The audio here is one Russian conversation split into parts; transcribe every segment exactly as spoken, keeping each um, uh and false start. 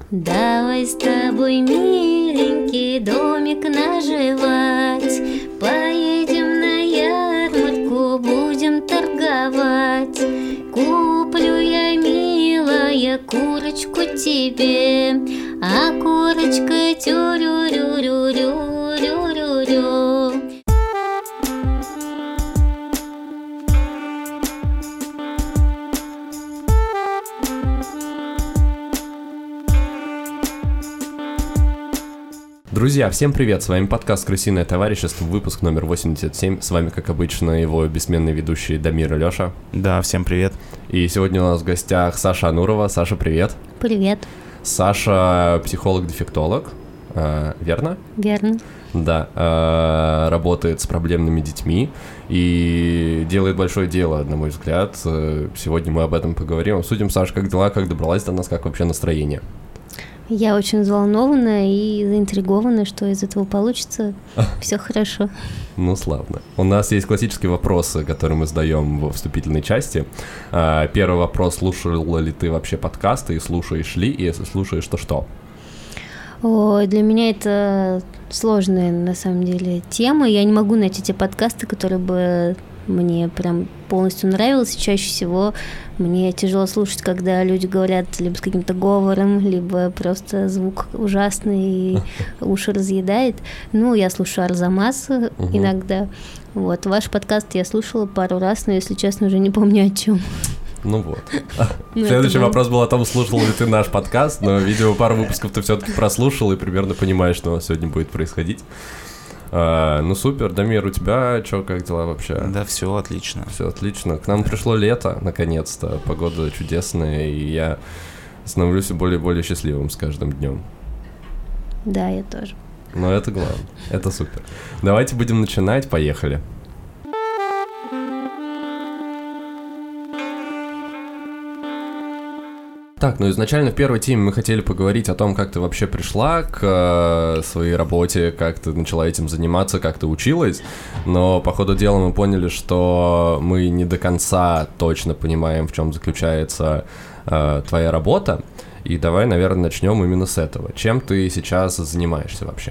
Давай с тобой, миленький, домик наживать. Поедем на ярмарку, будем торговать. Куплю я, милая, курочку тебе, а курочка тю-рю-рю-рю-рю-рю-рю-рю. Друзья, всем привет, с вами подкаст «Крысиное товарищество», выпуск номер восемьдесят семь. С вами, как обычно, его бессменный ведущий Дамир и Лёша. Да, всем привет. И сегодня у нас в гостях Саша Анурова. Саша, привет. Привет. Саша психолог-дефектолог, э, верно? Верно. Да, э, работает с проблемными детьми и делает большое дело, на мой взгляд. Сегодня мы об этом поговорим. Обсудим, Саша, как дела, как добралась до нас, как вообще настроение? Я очень взволнована и заинтригована, что из этого получится. Все хорошо. Ну, славно. У нас есть классические вопросы, которые мы задаем во вступительной части. Первый вопрос: слушала ли ты вообще подкасты и слушаешь ли? И если слушаешь, то что? Ой, для меня это сложная, на самом деле, тема. Я не могу найти те подкасты, которые бы мне прям полностью нравилось. Чаще всего мне тяжело слушать, когда люди говорят либо с каким-то говором, либо просто звук ужасный и уши разъедает. Ну, я слушаю Арзамас угу. иногда. Вот. Ваш подкаст я слушала пару раз, но, если честно, уже не помню о чем. Ну вот. Ну, следующий был... вопрос был о том, слушал ли ты наш подкаст, но, видимо, пару выпусков ты все-таки прослушал и примерно понимаешь, что у нас сегодня будет происходить. А, ну супер, Дамир, у тебя что, как дела вообще? Да, все отлично. Все отлично. К нам пришло лето, наконец-то. Погода чудесная, и я становлюсь все более и более счастливым с каждым днем. Да, я тоже. Но это главное. Это супер. Давайте будем начинать. Поехали. Так, ну изначально в первой теме мы хотели поговорить о том, как ты вообще пришла к э, своей работе, как ты начала этим заниматься, как ты училась, но по ходу дела мы поняли, что мы не до конца точно понимаем, в чем заключается э, твоя работа, и давай, наверное, начнем именно с этого. Чем ты сейчас занимаешься вообще?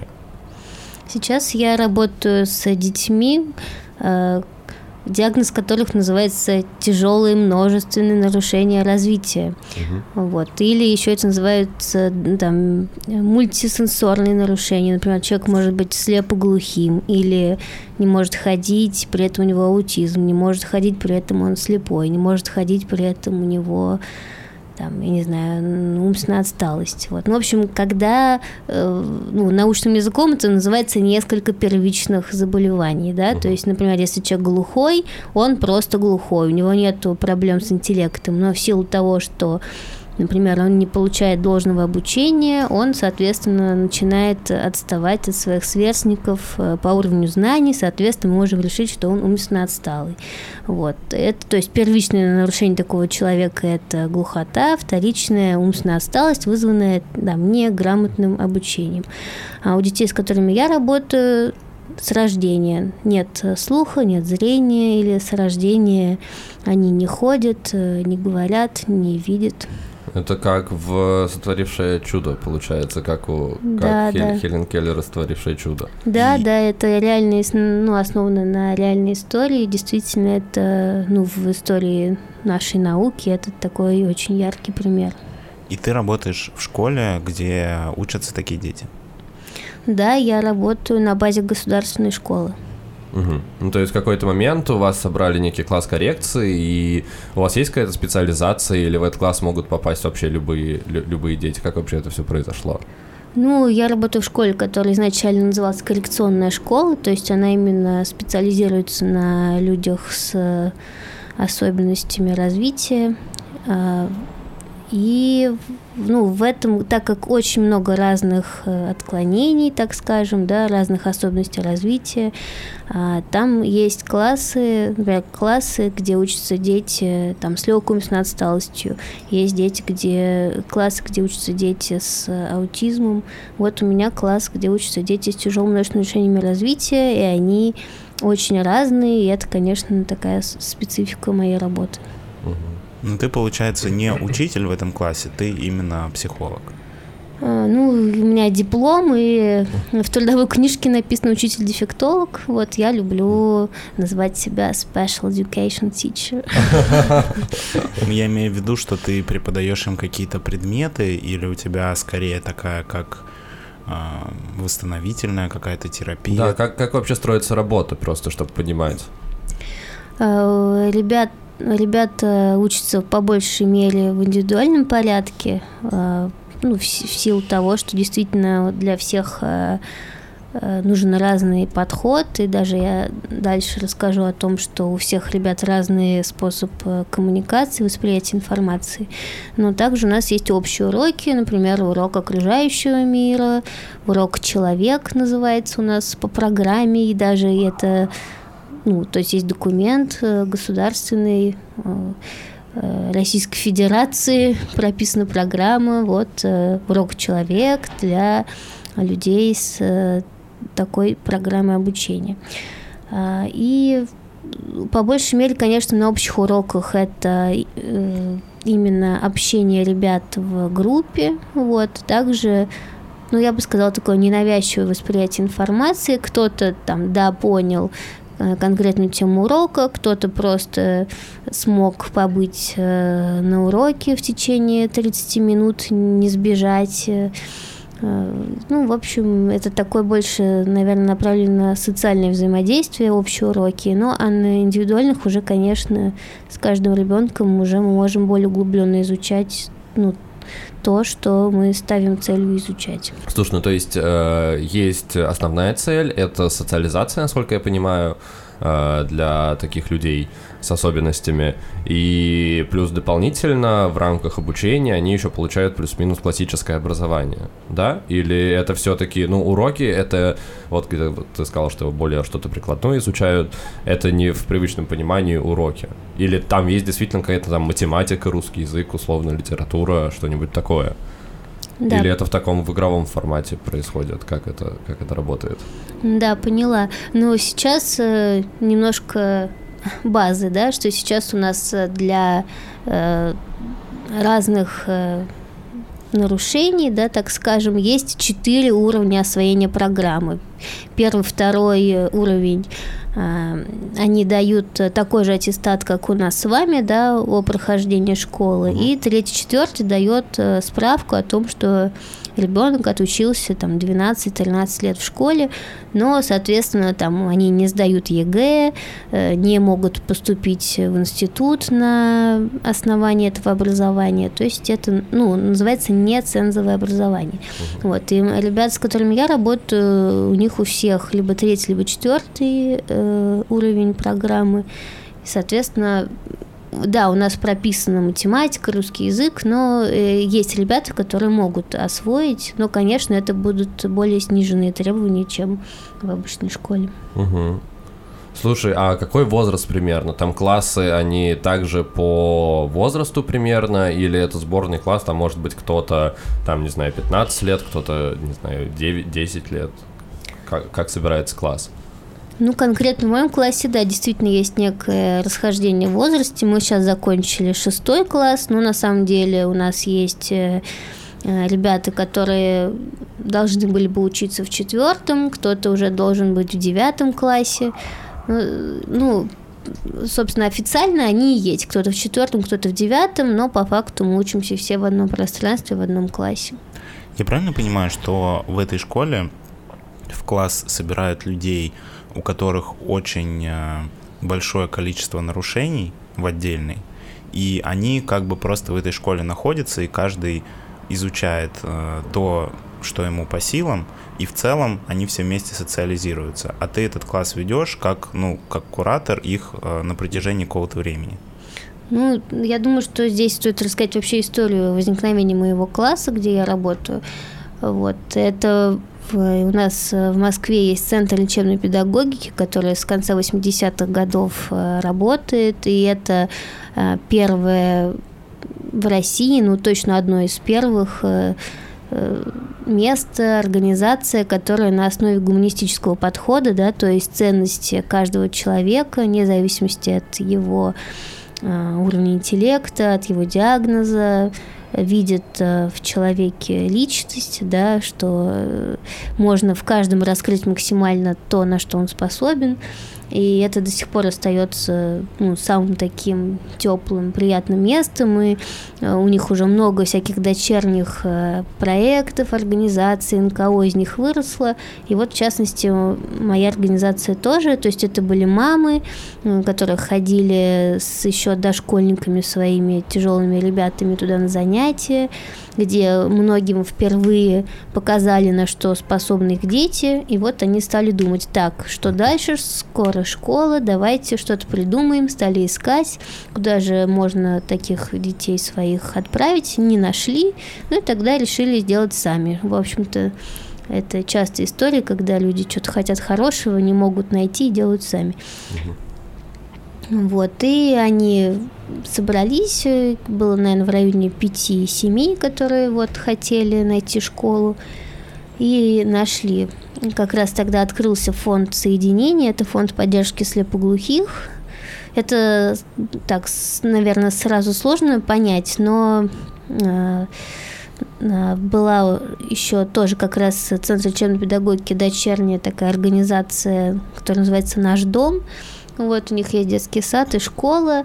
Сейчас я работаю с детьми, э, диагноз которых называется тяжелые множественные нарушения развития. Угу. Вот. Или еще это называется там, мультисенсорные нарушения. Например, человек может быть слепоглухим или не может ходить, при этом у него аутизм, не может ходить, при этом он слепой, не может ходить, при этом у него... там, я не знаю, умственная отсталость. Вот. Ну, в общем, когда э, ну, научным языком это называется несколько первичных заболеваний, да, uh-huh. то есть, например, если человек глухой, он просто глухой, у него нет проблем с интеллектом, но в силу того, что, например, он не получает должного обучения, он, соответственно, начинает отставать от своих сверстников по уровню знаний, соответственно, мы можем решить, что он умственно отсталый. Вот. Это, то есть первичное нарушение такого человека – это глухота, вторичная умственная отсталость, вызванная там, неграмотным обучением. А у детей, с которыми я работаю, с рождения нет слуха, нет зрения, или с рождения они не ходят, не говорят, не видят. Это как в «Сотворившее чудо», получается, как у да, как Хель, да. Хелен Келлер «Сотворившее чудо». Да, и... да, это реальные, ну, основано на реальной истории. Действительно, это, ну, в истории нашей науки это такой очень яркий пример. И ты работаешь в школе, где учатся такие дети? Да, я работаю на базе государственной школы. Угу. Ну, то есть в какой-то момент у вас собрали некий класс коррекции, и у вас есть какая-то специализация, или в этот класс могут попасть вообще любые, лю- любые дети? Как вообще это все произошло? Ну, я работаю в школе, которая изначально называлась коррекционная школа, то есть она именно специализируется на людях с особенностями развития. И ну, в этом, так как очень много разных отклонений, так скажем, да, разных особенностей развития, там есть классы, например, классы, где учатся дети там, с легкой умственной отсталостью, есть дети, где, классы, где учатся дети с аутизмом. Вот у меня класс, где учатся дети с тяжелыми множественными нарушениями развития, и они очень разные, и это, конечно, такая специфика моей работы. Но ты, получается, не учитель в этом классе, ты именно психолог. Ну, у меня диплом, и в трудовой книжке написано «учитель-дефектолог». Вот я люблю называть себя special education teacher. Я имею в виду, что ты преподаешь им какие-то предметы, или у тебя скорее такая, как восстановительная какая-то терапия? Да, как, как вообще строится работа, просто чтобы понимать? Ребят, ребята учатся по большей мере в индивидуальном порядке, ну, в, в силу того, что действительно для всех э, э, нужен разный подход, и даже я дальше расскажу о том, что у всех ребят разный способ коммуникации, восприятия информации. Но также у нас есть общие уроки, например, урок окружающего мира, урок «Человек» называется у нас по программе, и даже это, ну, то есть есть документ государственный, э, Российской Федерации, прописана программа, вот, урок «Человек» для людей с такой программой обучения. И по большей мере, конечно, на общих уроках это именно общение ребят в группе, вот, также, ну, я бы сказала, такое ненавязчивое восприятие информации, кто-то там, да, понял конкретную тему урока, кто-то просто смог побыть на уроке в течение тридцати минут, не сбежать. Ну, в общем, это такое больше, наверное, направлено на социальное взаимодействие, общие уроки. Ну, а на индивидуальных уже, конечно, с каждым ребенком уже мы можем более углубленно изучать, ну, то, что мы ставим целью изучать. Слушай, ну то есть э, есть основная цель, это социализация, насколько я понимаю, э, для таких людей с особенностями, и плюс дополнительно в рамках обучения они еще получают плюс-минус классическое образование, да? Или это все-таки, ну, уроки, это, вот ты сказал, что более что-то прикладное изучают, это не в привычном понимании уроки? Или там есть действительно какая-то там математика, русский язык, условно, литература, что-нибудь такое? Да. Или это в таком в игровом формате происходит? Как это, как это работает? Да, поняла. Но сейчас э, немножко базы, да, что сейчас у нас для э, разных э, нарушений, да, так скажем, есть четыре уровня освоения программы. Первый, второй уровень, э, они дают такой же аттестат, как у нас с вами, да, о прохождении школы. И третий, четвертый дает э, справку о том, что ребенок отучился там двенадцать-тринадцать лет в школе, но, соответственно, там они не сдают ЕГЭ, не могут поступить в институт на основании этого образования. То есть это, ну, называется нецензовое образование. Uh-huh. Вот. И ребята, с которыми я работаю, у них у всех либо третий, либо четвертый э, уровень программы. И, соответственно, да, у нас прописана математика, русский язык, но э, есть ребята, которые могут освоить, но, конечно, это будут более сниженные требования, чем в обычной школе. Угу. Слушай, а какой возраст примерно? Там классы, они также по возрасту примерно, или это сборный класс, там может быть кто-то, там, не знаю, пятнадцать лет, кто-то, не знаю, девять-десять лет? Как, как собирается класс? Ну, конкретно в моем классе, да, действительно есть некое расхождение в возрасте. Мы сейчас закончили шестой класс, но на самом деле у нас есть э, ребята, которые должны были бы учиться в четвертом, кто-то уже должен быть в девятом классе. Ну, собственно, официально они и есть. Кто-то в четвертом, кто-то в девятом, но по факту мы учимся все в одном пространстве, в одном классе. Я правильно понимаю, что в этой школе в класс собирают людей, у которых очень большое количество нарушений в отдельной, и они как бы просто в этой школе находятся, и каждый изучает э, то, что ему по силам, и в целом они все вместе социализируются. А ты этот класс ведешь как, ну, как куратор их э, на протяжении какого-то времени? Ну, я думаю, что здесь стоит рассказать вообще историю возникновения моего класса, где я работаю. Вот, это... У нас в Москве есть Центр лечебной педагогики, который с конца восьмидесятых годов работает, и это первое в России, ну точно одно из первых мест, организация, которая на основе гуманистического подхода, да, то есть ценности каждого человека, вне зависимости от его уровня интеллекта, от его диагноза, видят в человеке личность, да, что можно в каждом раскрыть максимально то, на что он способен. И это до сих пор остается, ну, самым таким теплым, приятным местом. И у них уже много всяких дочерних проектов, организаций, эн ка о из них выросло. И вот, в частности, моя организация тоже. То есть это были мамы, которые ходили с еще дошкольниками своими тяжелыми ребятами туда на занятия, где многим впервые показали, на что способны их дети. И вот они стали думать: так, что дальше? Скоро школа, давайте что-то придумаем. Стали искать, куда же можно таких детей своих отправить. Не нашли, ну и тогда решили сделать сами. В общем-то, это частая история, когда люди что-то хотят хорошего, не могут найти и делают сами. Вот, и они собрались, было, наверное, в районе пяти семей, которые вот хотели найти школу, и нашли. Как раз тогда открылся фонд соединения, это фонд поддержки слепоглухих. Это, так, наверное, сразу сложно понять, но э, была еще тоже как раз Центр учебной педагогики, дочерняя такая организация, которая называется «Наш дом». Вот у них есть детский сад и школа,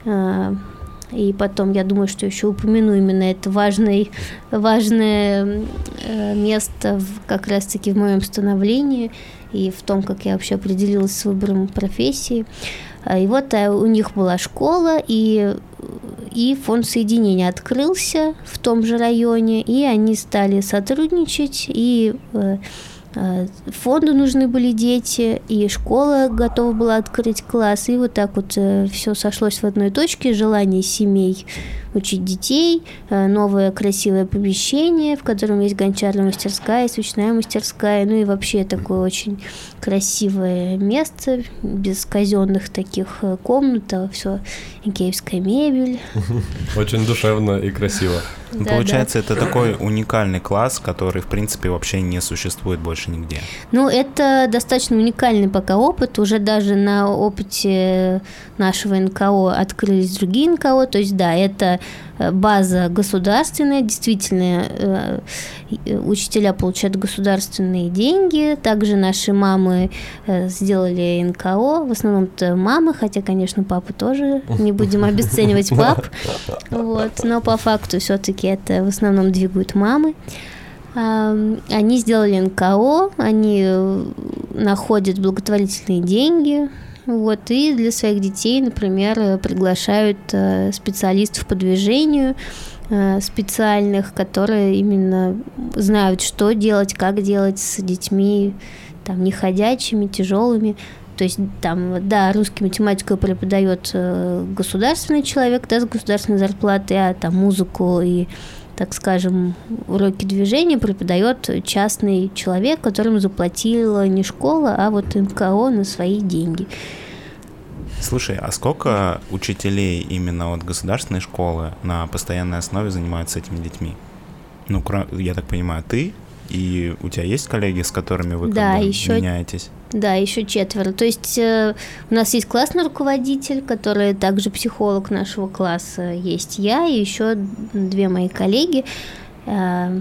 и потом, я думаю, что еще упомяну именно это важное, важное место в, как раз-таки в моем становлении и в том, как я вообще определилась с выбором профессии. И вот у них была школа, и, и фонд соединения открылся в том же районе, и они стали сотрудничать, и фонду нужны были дети, и школа готова была открыть класс, и вот так вот э, все сошлось в одной точке. Желание семей учить детей, э, новое красивое помещение, в котором есть гончарная мастерская, свечная мастерская, ну и вообще такое очень красивое место, без казенных таких комнат, а все икеевская мебель. Очень душевно и красиво. Да, получается, да. Это такой уникальный класс, который, в принципе, вообще не существует больше нигде. Ну, это достаточно уникальный пока опыт. Уже даже на опыте нашего эн ка о открылись другие эн ка о. То есть, да, это база государственная. Действительно, учителя получают государственные деньги. Также наши мамы сделали эн ка о. В основном-то мамы, хотя, конечно, папы тоже. Не будем обесценивать пап. Вот. Но по факту все-таки это в основном двигают мамы. Они сделали эн ка о, они находят благотворительные деньги, вот, и для своих детей, например, приглашают специалистов по движению специальных, которые именно знают, что делать, как делать с детьми там, неходячими, тяжелыми. То есть там, да, русский, математику преподает государственный человек, да, с государственной зарплатой, а там музыку и, так скажем, уроки движения преподает частный человек, которому заплатила не школа, а вот эн ка о на свои деньги. Слушай, а сколько учителей именно от государственной школы на постоянной основе занимаются этими детьми? Ну, я так понимаю, ты и у тебя есть коллеги, с которыми вы да, как бы еще... меняетесь? Да, еще четверо. То есть э, у нас есть классный руководитель, который также психолог нашего класса. Есть я и еще две мои коллеги. Э,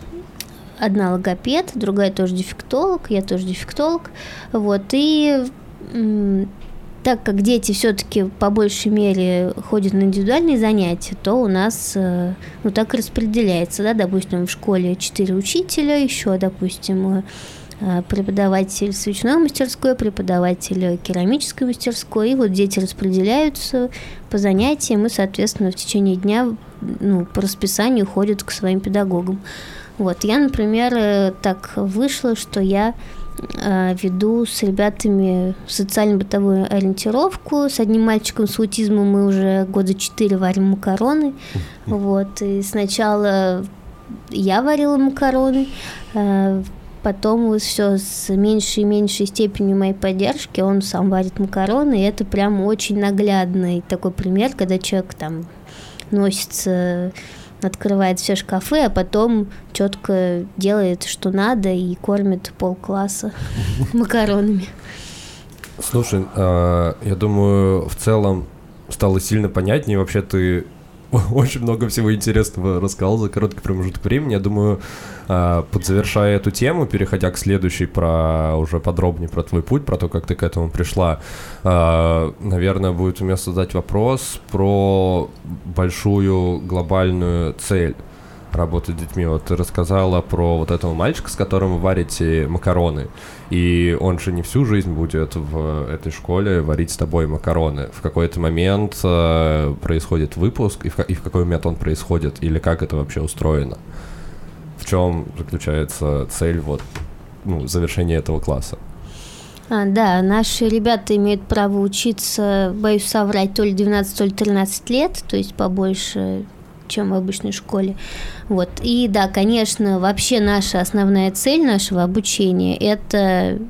одна логопед, другая тоже дефектолог, я тоже дефектолог. Вот, и э, так как дети все-таки по большей мере ходят на индивидуальные занятия, то у нас э, ну, так и распределяется. Да? Допустим, в школе четыре учителя, еще, допустим, преподаватель свечной мастерской, преподаватель керамической мастерской, и вот дети распределяются по занятиям и, соответственно, в течение дня ну, по расписанию ходят к своим педагогам. Вот. Я, например, так вышло, что я э, веду с ребятами социально-бытовую ориентировку. С одним мальчиком с аутизмом мы уже года четыре варим макароны. Вот. И сначала я варила макароны, э, потом все с меньшей и меньшей степенью моей поддержки он сам варит макароны, и это прям очень наглядный такой пример, когда человек там носится, открывает все шкафы, а потом четко делает, что надо, и кормит полкласса макаронами. Слушай, я думаю, в целом стало сильно понятнее. Вообще ты очень много всего интересного рассказал за короткий промежуток времени. Я думаю, подзавершая эту тему, переходя к следующей, про уже подробнее про твой путь, про то, как ты к этому пришла, наверное, будет уместно задать вопрос про большую глобальную цель работать с детьми. Вот ты рассказала про вот этого мальчика, с которым вы варите макароны, и он же не всю жизнь будет в этой школе варить с тобой макароны. В какой-то момент э, происходит выпуск, и в, и в какой момент он происходит, или как это вообще устроено? В чем заключается цель вот, ну, завершения этого класса? А, да, наши ребята имеют право учиться, боюсь соврать, то ли двенадцать, то ли тринадцать лет, то есть побольше, чем в обычной школе. Вот. И да, конечно, вообще наша основная цель нашего обучения – это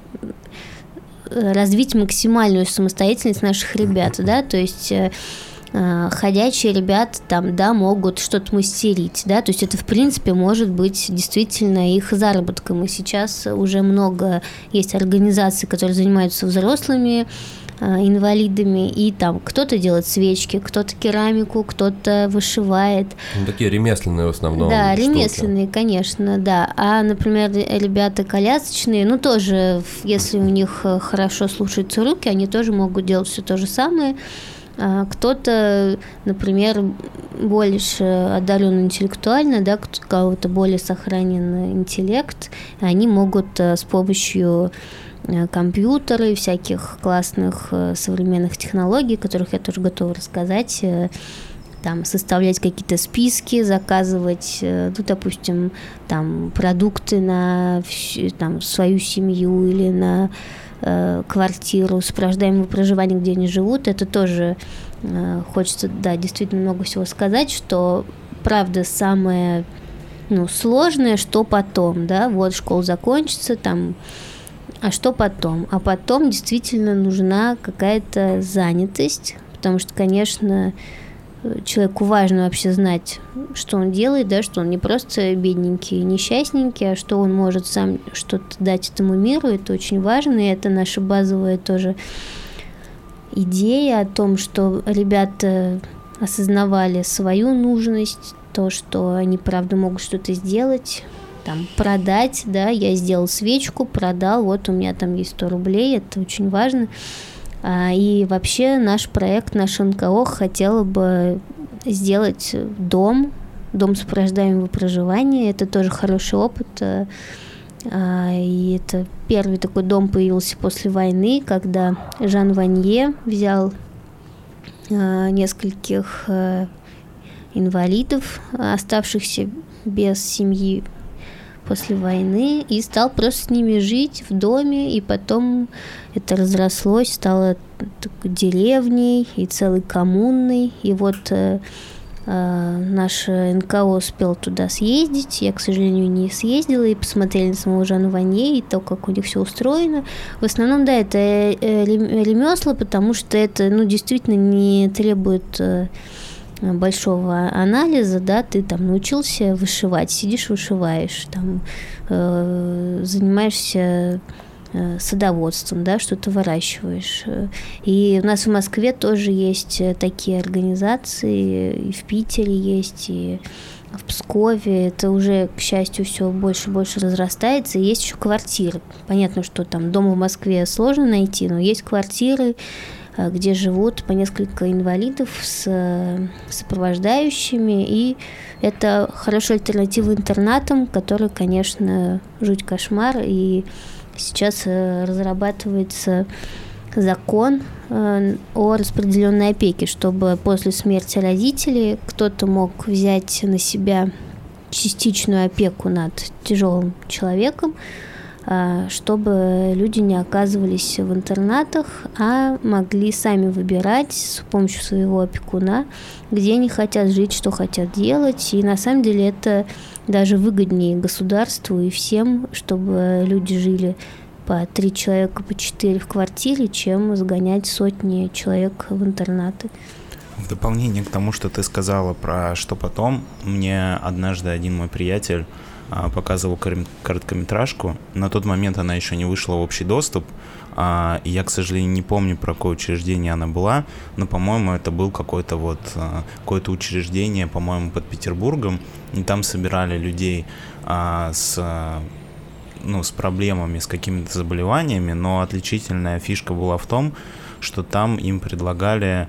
развить максимальную самостоятельность наших ребят, да, то есть э, ходячие ребята там, да, могут что-то мастерить, да, то есть это, в принципе, может быть действительно их заработком, и сейчас уже много есть организаций, которые занимаются взрослыми инвалидами, и там кто-то делает свечки, кто-то керамику, кто-то вышивает. Ну, такие ремесленные в основном. Да, штуки. Ремесленные, конечно, да. А, например, ребята колясочные, ну, тоже, если у них хорошо слушаются руки, они тоже могут делать все то же самое. А кто-то, например, больше одарен интеллектуально, да, у кого-то более сохранен интеллект, они могут с помощью компьютеры, всяких классных современных технологий, которых я тоже готова рассказать, там, составлять какие-то списки, заказывать, ну, допустим, там, продукты на там, свою семью или на э, квартиру, сопровождаемое проживание, где они живут. Это тоже э, хочется, да, действительно много всего сказать, что, правда, самое, ну, сложное, что потом, да, вот школа закончится, там. А что потом? А потом действительно нужна какая-то занятость, потому что, конечно, человеку важно вообще знать, что он делает, да, что он не просто бедненький, несчастненький, а что он может сам что-то дать этому миру. Это очень важно, и это наша базовая тоже идея о том, что ребята осознавали свою нужность, то, что они, правда, могут что-то сделать, там, продать, да, я сделал свечку, продал, вот у меня там есть сто рублей, это очень важно. А, и вообще наш проект, наш эн ка о хотела бы сделать дом, дом сопровождаемого проживания, это тоже хороший опыт, а, и это первый такой дом появился после войны, когда Жан Ванье взял а, нескольких а, инвалидов, оставшихся без семьи после войны, и стал просто с ними жить в доме, и потом это разрослось, стало такой деревней и целой коммуной, и вот э, э, наш эн ка о успел туда съездить, я, к сожалению, не съездила, и посмотрели на самого Жана Ванье, и то, как у них все устроено. В основном, да, это ремесла, потому что это, ну, действительно не требует э, большого анализа, да, ты там научился вышивать, сидишь, вышиваешь, там э, занимаешься э, садоводством, да, что-то выращиваешь. И у нас в Москве тоже есть такие организации, и в Питере есть, и в Пскове. Это уже, к счастью, все больше и больше разрастается. И есть еще квартиры. Понятно, что там дом в Москве сложно найти, но есть квартиры, где живут по несколько инвалидов с сопровождающими, и это хорошая альтернатива интернатам, которые, конечно, жуть кошмар, и сейчас разрабатывается закон о распределенной опеке, чтобы после смерти родителей кто-то мог взять на себя частичную опеку над тяжелым человеком, чтобы люди не оказывались в интернатах, а могли сами выбирать с помощью своего опекуна, где они хотят жить, что хотят делать. И на самом деле это даже выгоднее государству и всем, чтобы люди жили по три человека, по четыре в квартире, чем сгонять сотни человек в интернаты. В дополнение к тому, что ты сказала про что потом, мне однажды один мой приятель показывал короткометражку. На тот момент она еще не вышла в общий доступ. Я, к сожалению, не помню, про какое учреждение она была, но, по-моему, это был какое-то вот какое-то учреждение, по-моему, под Петербургом, и там собирали людей с, ну, с проблемами, с какими-то заболеваниями, но отличительная фишка была в том, что там им предлагали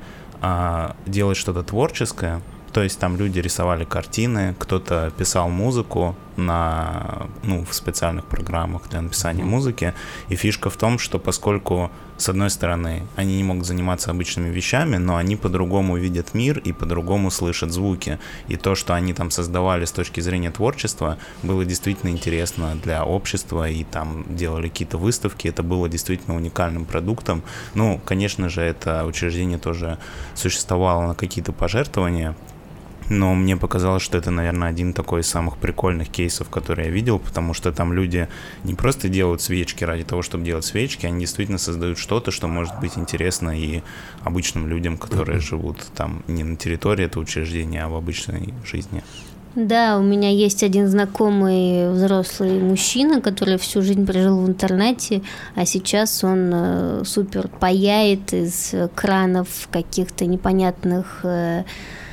делать что-то творческое. То есть там люди рисовали картины, кто-то писал музыку на, ну, в специальных программах для написания музыки. И фишка в том, что поскольку, с одной стороны, они не могут заниматься обычными вещами, но они по-другому видят мир и по-другому слышат звуки. И то, что они там создавали с точки зрения творчества, было действительно интересно для общества, и там делали какие-то выставки, это было действительно уникальным продуктом. Ну, конечно же, это учреждение тоже существовало на какие-то пожертвования, но мне показалось, что это, наверное, один такой из самых прикольных кейсов, которые я видел, потому что там люди не просто делают свечки ради того, чтобы делать свечки, они действительно создают что-то, что может быть интересно и обычным людям, которые живут там не на территории этого учреждения, а в обычной жизни. Да, у меня есть один знакомый взрослый мужчина, который всю жизнь прожил в интернете, а сейчас он э, супер паяет из кранов каких-то непонятных э,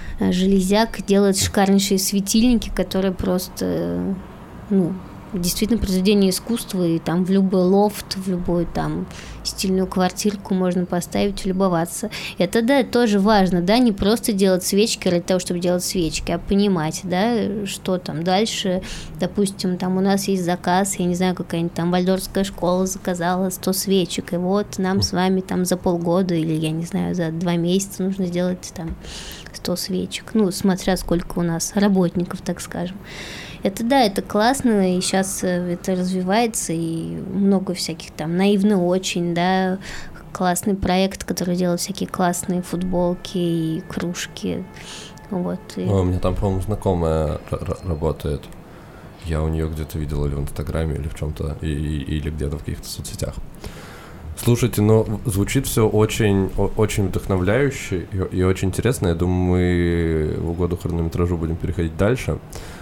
железяк, делает шикарнейшие светильники, которые просто, ну, действительно произведение искусства, и там в любой лофт, в любую там стильную квартирку можно поставить, любоваться. Это, да, тоже важно, да, не просто делать свечки ради того, чтобы делать свечки, а понимать, да, что там дальше. Допустим, там у нас есть заказ, я не знаю, какая-нибудь там вальдорфская школа заказала сто свечек, и вот нам с вами там за полгода или, я не знаю, за два месяца нужно сделать там сто свечек, ну, смотря сколько у нас работников, так скажем. Это, да, это классно, и сейчас это развивается, и много всяких там, наивно очень, да, классный проект, который делает всякие классные футболки и кружки, вот. И... О, у меня там, по-моему, знакомая р- работает, я у нее где-то видел или в Инстаграме, или в чем-то, и, и, или где-то в каких-то соцсетях. Слушайте, ну, звучит все очень, очень вдохновляюще и, и очень интересно. Я думаю, мы в угоду хронометражу будем переходить дальше,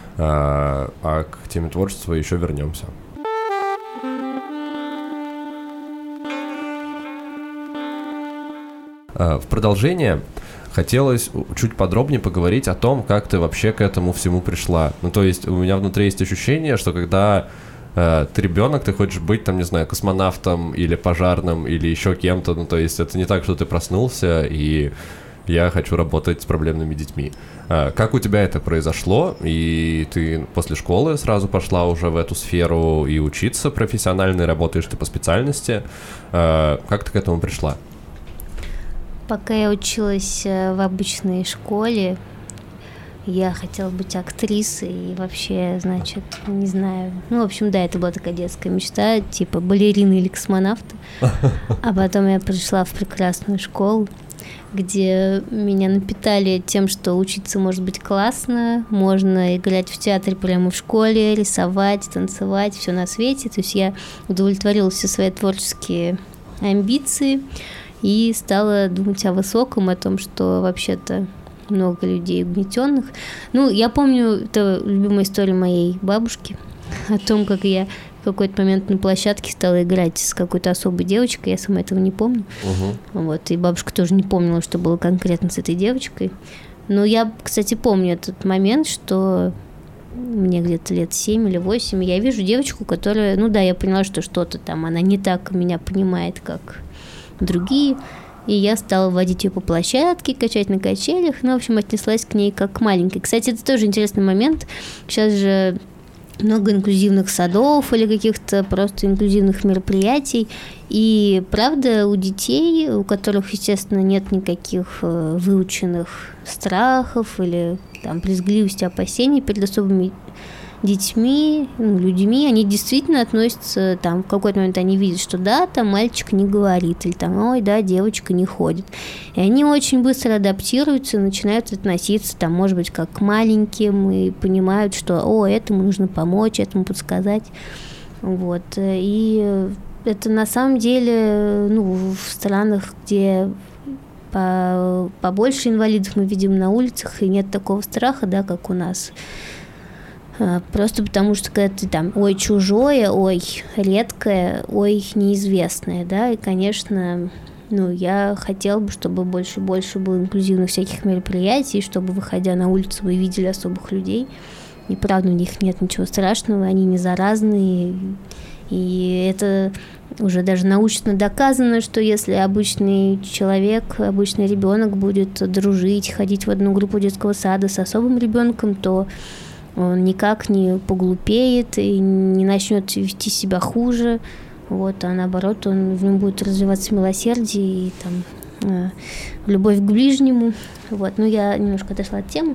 а, а к теме творчества еще вернемся. А, в продолжение хотелось чуть подробнее поговорить о том, как ты вообще к этому всему пришла. Ну, то есть у меня внутри есть ощущение, что когда ты ребенок, ты хочешь быть, там, не знаю, космонавтом или пожарным или еще кем-то, ну, то есть это не так, что ты проснулся и я хочу работать с проблемными детьми. Как у тебя это произошло, и ты после школы сразу пошла уже в эту сферу и учиться профессионально, и работаешь ты по специальности, как ты к этому пришла? Пока я училась в обычной школе, я хотела быть актрисой и вообще, значит, не знаю. Ну, в общем, да, это была такая детская мечта, типа балерины или космонавта. А потом я пришла в прекрасную школу, где меня напитали тем, что учиться может быть классно, можно играть в театре прямо в школе, рисовать, танцевать, все на свете. То есть я удовлетворила все свои творческие амбиции и стала думать о высоком, о том, что вообще-то много людей угнетенных. Ну, я помню, это любимая история моей бабушки о том, как я в какой-то момент на площадке стала играть с какой-то особой девочкой, я сама этого не помню. Угу. Вот, и бабушка тоже не помнила, что было конкретно с этой девочкой. Но я, кстати, помню этот момент, что мне где-то лет семь или восемь, я вижу девочку, которая, ну да, я поняла, что что-то там, она не так меня понимает, как другие. И я стала водить ее по площадке, качать на качелях. Ну, в общем, отнеслась к ней как к маленькой. Кстати, это тоже интересный момент. Сейчас же много инклюзивных садов или каких-то просто инклюзивных мероприятий. И правда, у детей, у которых, естественно, нет никаких выученных страхов или там брезгливости, опасений перед особыми детьми, ну, людьми, они действительно относятся, там, в какой-то момент они видят, что да, там мальчик не говорит, или там, ой, да, девочка не ходит. И они очень быстро адаптируются, начинают относиться, там, может быть, как к маленьким, и понимают, что, о, этому нужно помочь, этому подсказать. Вот. И это на самом деле, ну, в странах, где по, побольше инвалидов мы видим на улицах, и нет такого страха, да, как у нас. Просто потому что когда ты там, ой, чужое, ой, редкое, ой, неизвестное, да, и, конечно, ну, я хотела бы, чтобы больше и больше было инклюзивных всяких мероприятий, чтобы, выходя на улицу, вы видели особых людей, и правда, у них нет ничего страшного, они не заразные, и это уже даже научно доказано, что если обычный человек, обычный ребенок будет дружить, ходить в одну группу детского сада с особым ребенком, то он никак не поглупеет и не начнет вести себя хуже, вот, а наоборот, он, в нем будет развиваться милосердие и там э, любовь к ближнему. Вот, ну я немножко отошла от темы.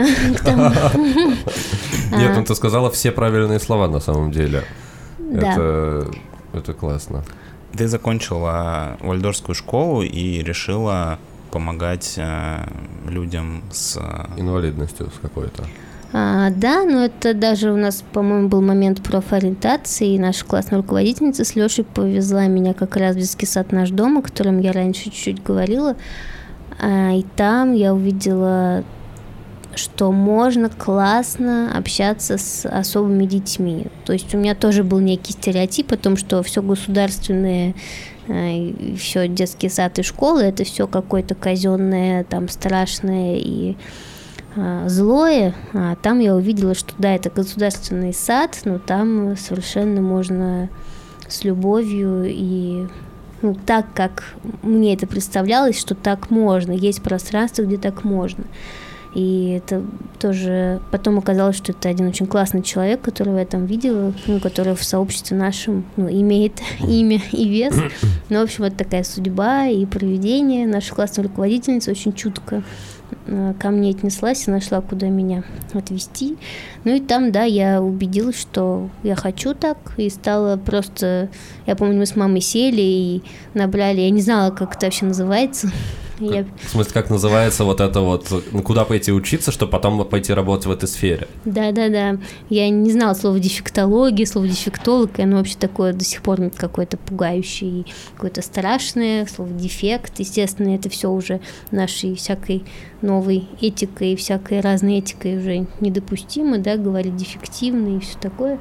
Нет, ну ты сказала все правильные слова на самом деле. Это это классно. Ты закончила вальдорфскую школу и решила помогать людям с инвалидностью с какой-то. А, да, но это даже у нас, по-моему, был момент профориентации, и наша классная руководительница с Лешей повезла меня как раз в детский сад «Наш дом», о котором я раньше чуть-чуть говорила, а, и там я увидела, что можно классно общаться с особыми детьми. То есть у меня тоже был некий стереотип о том, что все государственное, все детский сад и школы, это все какое-то казенное, там, страшное и злое, а там я увидела, что да, это государственный сад, но там совершенно можно с любовью и ну, так, как мне это представлялось, что так можно, есть пространство, где так можно. И это тоже потом оказалось, что это один очень классный человек, которого я там видела, ну, который в сообществе нашем ну, имеет имя и вес. Ну, в общем, вот такая судьба и провидение. Наша классная руководительница очень чутко ко мне отнеслась и нашла, куда меня отвезти. Ну и там, да, я убедилась, что я хочу так, и стала просто... Я помню, мы с мамой сели и набрали... Я не знала, как это вообще называется. Я... В смысле, как называется вот это вот, ну, куда пойти учиться, чтобы потом пойти работать в этой сфере? Да-да-да. Я не знала слова дефектология, слово дефектолог, и оно вообще такое до сих пор какое-то пугающее, какое-то страшное, слово дефект. Естественно, это все уже нашей всякой новой этикой, всякой разной этикой уже недопустимо, да, говорить дефективно и все такое.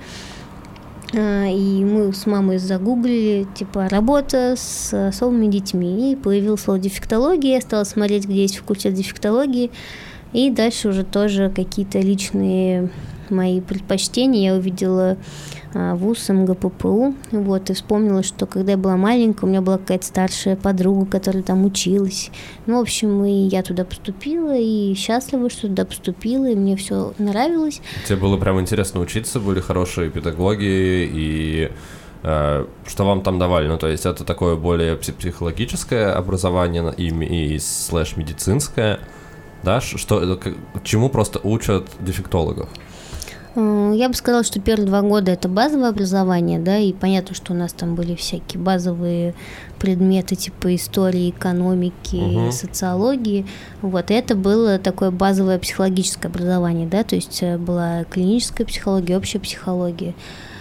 И мы с мамой загуглили, типа, работа с особыми детьми, и появилось слово дефектология, я стала смотреть, где есть факультет дефектологии, и дальше уже тоже какие-то личные мои предпочтения. Я увидела а, вуз эм гэ пэ пэ у, вот, и вспомнила, что когда я была маленькая, у меня была какая-то старшая подруга, которая там училась. Ну, в общем, и я туда поступила, и счастлива, что туда поступила, и мне все нравилось. Тебе было прям интересно учиться, были хорошие педагоги, и э, что вам там давали? Ну, то есть это такое более психологическое образование и, и слэш медицинское, да? Что, к, чему просто учат дефектологов? Я бы сказала, что первые два года это базовое образование, да, и понятно, что у нас там были всякие базовые предметы типа истории, экономики, угу. социологии, вот, и это было такое базовое психологическое образование, да, то есть была клиническая психология, общая психология.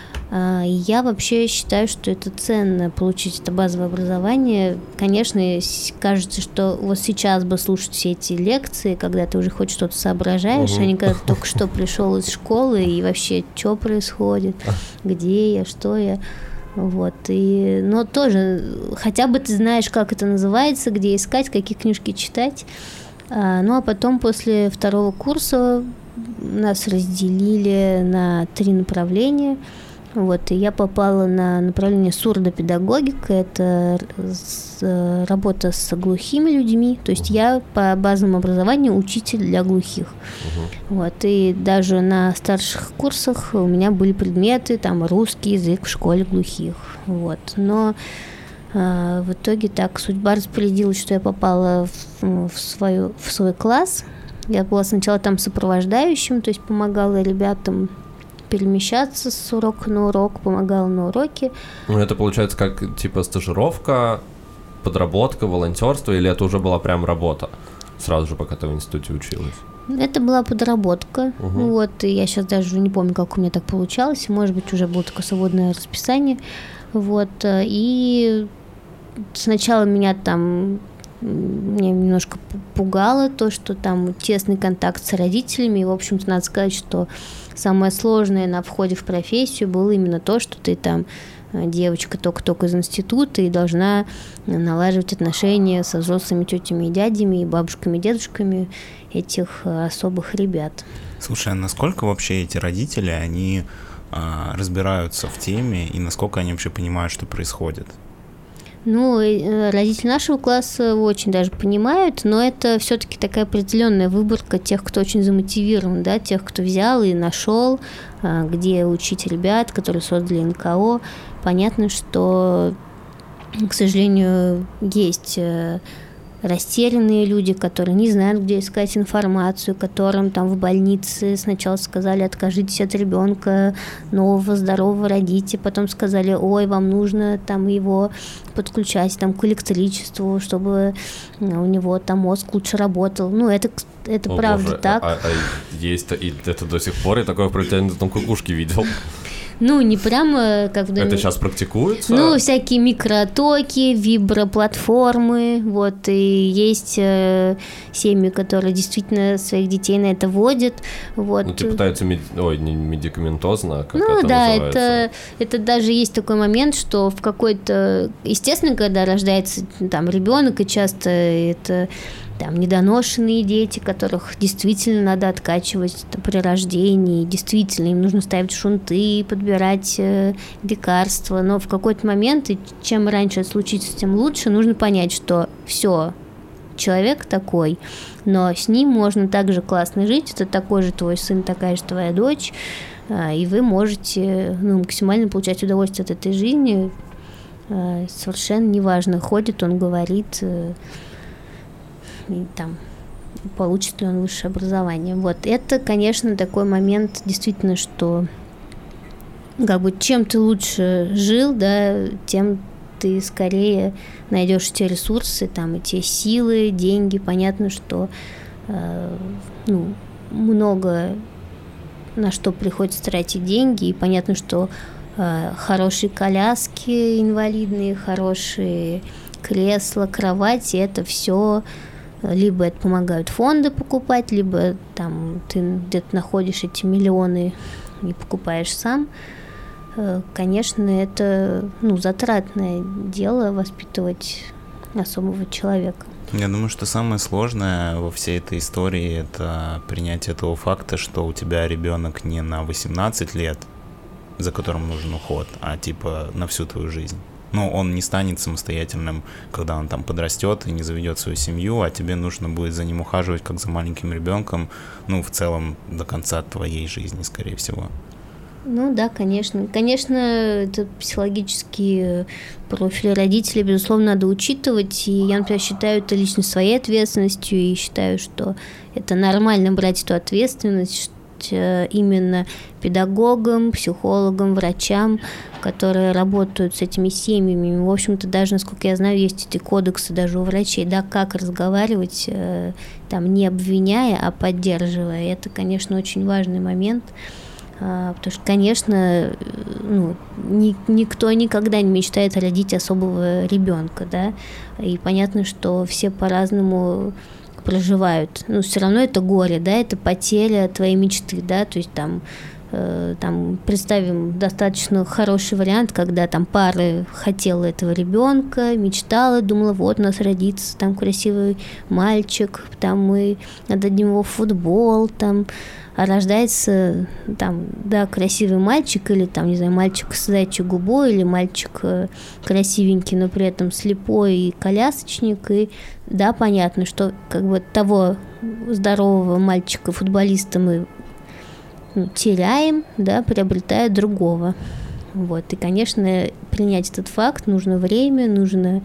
И я вообще считаю, что это ценно получить это базовое образование. Конечно, кажется, что вот сейчас бы слушать все эти лекции, когда ты уже хоть что-то соображаешь, угу. а не когда ты только что пришел из школы и вообще, что происходит, где я, что я. Вот, и, но тоже, хотя бы ты знаешь, как это называется, где искать, какие книжки читать. А, ну, а потом после второго курса нас разделили на три направления. Вот, и я попала на направление сурдопедагогика, это работа с глухими людьми, то есть я по базовому образованию учитель для глухих. Uh-huh. Вот, и даже на старших курсах у меня были предметы, там, русский язык в школе глухих, вот, но а, в итоге так судьба распорядилась, что я попала в, в, свою, в свой класс. Я была сначала там сопровождающим, то есть помогала ребятам перемещаться с урока на урок, помогала на уроке. Ну, это получается как, типа, стажировка, подработка, волонтерство, или это уже была прям работа, сразу же, пока ты в институте училась? Это была подработка, угу. вот, и я сейчас даже уже не помню, как у меня так получалось, может быть, уже было такое свободное расписание, вот, и сначала меня там меня немножко пугало то, что там тесный контакт с родителями. И, в общем-то, надо сказать, что самое сложное на входе в профессию было именно то, что ты там девочка только-только из института и должна налаживать отношения со взрослыми тетями и дядями, и бабушками и дедушками этих особых ребят. Слушай, а насколько вообще эти родители, они а, разбираются в теме, и насколько они вообще понимают, что происходит? Ну, родители нашего класса очень даже понимают, но это все-таки такая определенная выборка тех, кто очень замотивирован, да, тех, кто взял и нашел, где учить ребят, которые создали эн ка о. Понятно, что, к сожалению, есть растерянные люди, которые не знают, где искать информацию, которым там в больнице сначала сказали: откажитесь от ребенка нового, здорового родите, потом сказали: ой, вам нужно там его подключать там к электричеству, чтобы у него там мозг лучше работал. Ну, это, это правда боже, так. А, а есть, и это до сих пор я такое про там кукушки видел. Ну, не прямо как бы... Это сейчас практикуется? Ну, всякие микротоки, виброплатформы, вот, и есть э, семьи, которые действительно своих детей на это водят, вот. Ну, типа пытаются, мед... ой, не медикаментозно, как ну, это да, называется? это, это даже есть такой момент, что в какой-то... Естественно, когда рождается там ребенок, и часто это... Там недоношенные дети, которых действительно надо откачивать там, при рождении, действительно им нужно ставить шунты, подбирать э, лекарства, но в какой-то момент, и чем раньше это случится, тем лучше, нужно понять, что все, человек такой, но с ним можно также классно жить, это такой же твой сын, такая же твоя дочь, э, и вы можете ну, максимально получать удовольствие от этой жизни, э, совершенно неважно, ходит он, говорит... Э, и там получит ли он высшее образование. Вот это, конечно, такой момент, действительно, что как бы чем ты лучше жил, да, тем ты скорее найдешь те ресурсы, там, и те силы, деньги. Понятно, что э, ну, много на что приходится тратить деньги, и понятно, что э, хорошие коляски инвалидные, хорошие кресла, кровати, это все либо это помогают фонды покупать, либо там ты где-то находишь эти миллионы и покупаешь сам. Конечно, это ну, затратное дело воспитывать особого человека. Я думаю, что самое сложное во всей этой истории — это принятие того факта, что у тебя ребенок не на восемнадцать лет, за которым нужен уход, а типа на всю твою жизнь. Ну, он не станет самостоятельным, когда он там подрастет и не заведет свою семью, а тебе нужно будет за ним ухаживать, как за маленьким ребенком, ну, в целом, до конца твоей жизни, скорее всего. Ну да, конечно. Конечно, это психологические профили родителей, безусловно, надо учитывать. И я, например, считаю это лично своей ответственностью, и считаю, что это нормально брать эту ответственность, именно педагогам, психологам, врачам, которые работают с этими семьями. В общем-то, даже, насколько я знаю, есть эти кодексы даже у врачей, да, как разговаривать, там, не обвиняя, а поддерживая. Это, конечно, очень важный момент, потому что, конечно, ну, ни, никто никогда не мечтает родить особого ребенка, да, и понятно, что все по-разному проживают, но все равно это горе, да, это потеря твоей мечты, да, то есть там, э, там представим достаточно хороший вариант, когда там пара хотела этого ребенка, мечтала, думала, вот у нас родится там красивый мальчик, там мы отдадим его в футбол, там, а рождается там, да, красивый мальчик, или там, не знаю, мальчик с заячьей губой, или мальчик э, красивенький, но при этом слепой и колясочник, и да, понятно, что как бы того здорового мальчика-футболиста мы ну, теряем, да, приобретая другого. Вот, и, конечно, принять этот факт нужно время, нужно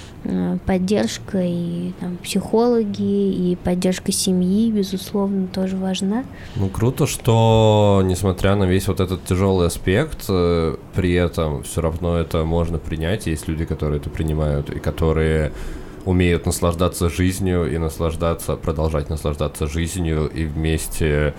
поддержка, и там, психологи, и поддержка семьи, безусловно, тоже важна. Ну, круто, что, несмотря на весь вот этот тяжелый аспект, при этом все равно это можно принять. Есть люди, которые это принимают, и которые умеют наслаждаться жизнью и наслаждаться, продолжать наслаждаться жизнью, и вместе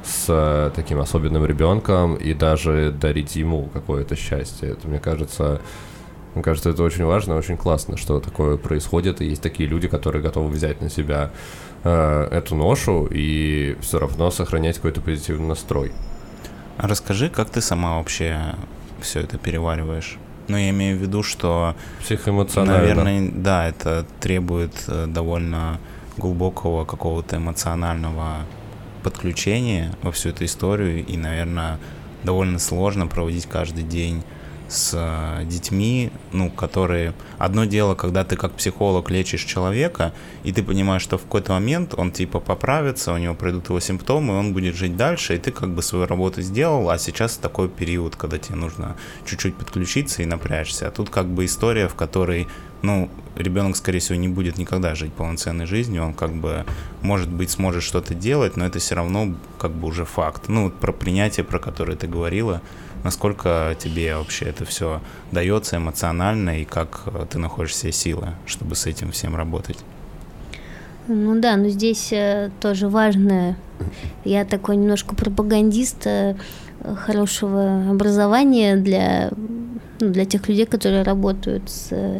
с таким особенным ребенком, и даже дарить ему какое-то счастье. Это, мне кажется, Мне кажется, это очень важно, очень классно, что такое происходит, и есть такие люди, которые готовы взять на себя э, эту ношу и все равно сохранять какой-то позитивный настрой. А расскажи, как ты сама вообще все это перевариваешь? Ну, я имею в виду, что, психоэмоционально. Наверное, да, это требует довольно глубокого какого-то эмоционального подключения во всю эту историю, и, наверное, довольно сложно проводить каждый день с детьми, ну, которые... Одно дело, когда ты как психолог лечишь человека, и ты понимаешь, что в какой-то момент он типа поправится, у него пройдут его симптомы, и он будет жить дальше, и ты как бы свою работу сделал, а сейчас такой период, когда тебе нужно чуть-чуть подключиться и напрячься. А тут как бы история, в которой, ну, ребенок, скорее всего, не будет никогда жить полноценной жизнью, он как бы, может быть, сможет что-то делать, но это все равно как бы уже факт. Ну, про принятие, про которое ты говорила, насколько тебе вообще это все дается эмоционально, и как ты находишь в себе силы, чтобы с этим всем работать? Ну да, но здесь э, тоже важно, я такой немножко пропагандист э, хорошего образования для, ну, для тех людей, которые работают с э,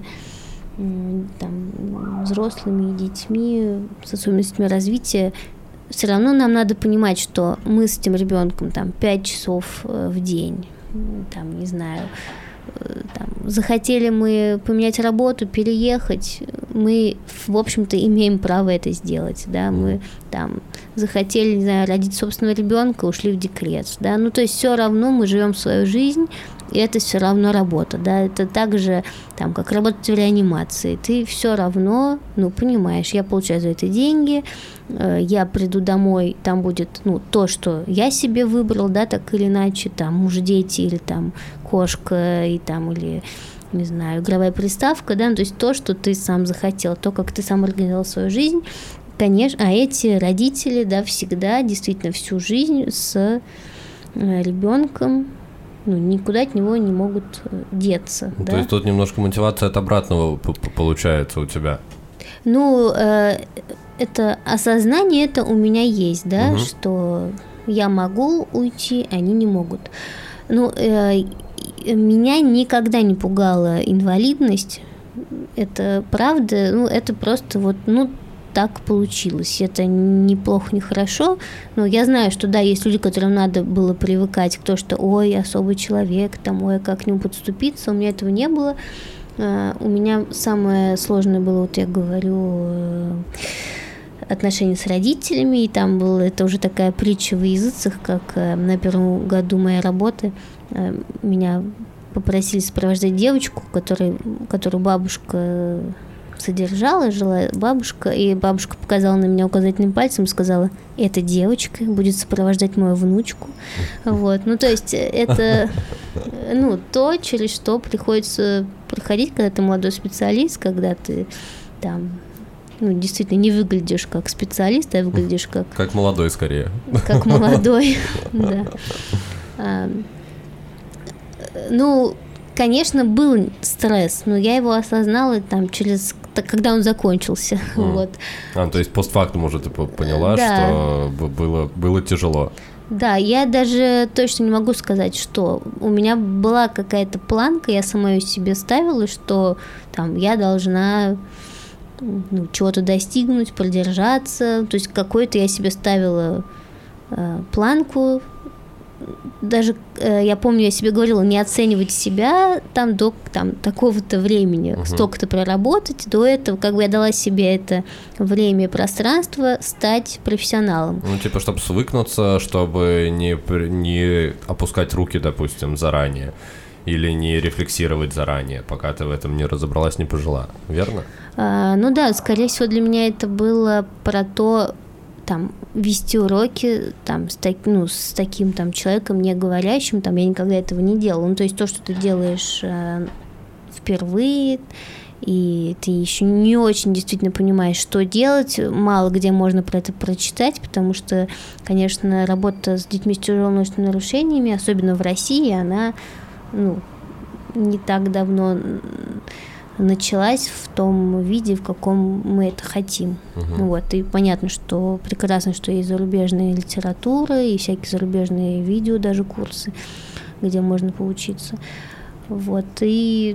там, взрослыми и детьми, с особенностями развития. Все равно нам надо понимать, что мы с этим ребенком там пять часов в день, там, не знаю, там, захотели мы поменять работу, переехать, мы, в общем-то, имеем право это сделать, да, мы там захотели, не знаю, родить собственного ребенка, ушли в декрет, да, ну, то есть все равно мы живем свою жизнь, и это все равно работа, да, это так же, там, как работать в реанимации, ты все равно, ну, понимаешь, я получаю за это деньги, э, я приду домой, там будет, ну, то, что я себе выбрал, да, так или иначе, там, муж, дети, или там кошка, и там, или, не знаю, игровая приставка, да, ну, то есть то, что ты сам захотел, то, как ты сам организовал свою жизнь, конечно, а эти родители, да, всегда, действительно, всю жизнь с ребенком, ну, никуда от него не могут деться. Ну, да? То есть тут немножко мотивация от обратного получается у тебя? Ну, э, это осознание, это у меня есть, да, угу. Что я могу уйти, они не могут. Ну, э, меня никогда не пугала инвалидность, это правда, ну, это просто вот, ну, так получилось. Это не плохо, не хорошо, но я знаю, что да, есть люди, которым надо было привыкать к тому, что ой, особый человек, там, ой, как к нему подступиться. У меня этого не было. У меня самое сложное было, вот я говорю, отношения с родителями, и там было, это уже такая притча во языцах, как на первом году моей работы меня попросили сопровождать девочку, которой, которую бабушка содержала, жила бабушка, и бабушка показала на меня указательным пальцем и сказала: эта девочка будет сопровождать мою внучку. Вот. Ну, то есть это, ну, то, через что приходится проходить, когда ты молодой специалист, когда ты там, ну, действительно не выглядишь как специалист, а выглядишь как... Как молодой, скорее. Как молодой, да. Ну, конечно, был стресс, но я его осознала там через... когда он закончился. Mm. Вот. А, то есть постфактум уже ты поняла, да. Что было, было тяжело. Да, я даже точно не могу сказать, что у меня была какая-то планка, я сама ее себе ставила, что там я должна, ну, чего-то достигнуть, продержаться. То есть какой-то я себе ставила э, планку. Даже, э, я помню, я себе говорила, не оценивать себя там до там, такого-то времени, uh-huh. столько-то проработать, до этого, как бы я дала себе это время и пространство стать профессионалом. Ну, типа, чтобы свыкнуться, чтобы не, не опускать руки, допустим, заранее, или не рефлексировать заранее, пока ты в этом не разобралась, не пожила, верно? А, ну да, скорее всего, для меня это было про то, там, вести уроки там, с, так, ну, с таким там, человеком, не говорящим, там, я никогда этого не делала. Ну, то есть то, что ты делаешь э, впервые, и ты еще не очень действительно понимаешь, что делать, мало где можно про это прочитать, потому что, конечно, работа с детьми с тяжелыми умственными нарушениями, особенно в России, она, ну, не так давно началась в том виде, в каком мы это хотим. Uh-huh. Вот. И понятно, что прекрасно, что есть зарубежная литература и всякие зарубежные видео, даже курсы, где можно поучиться. Вот. И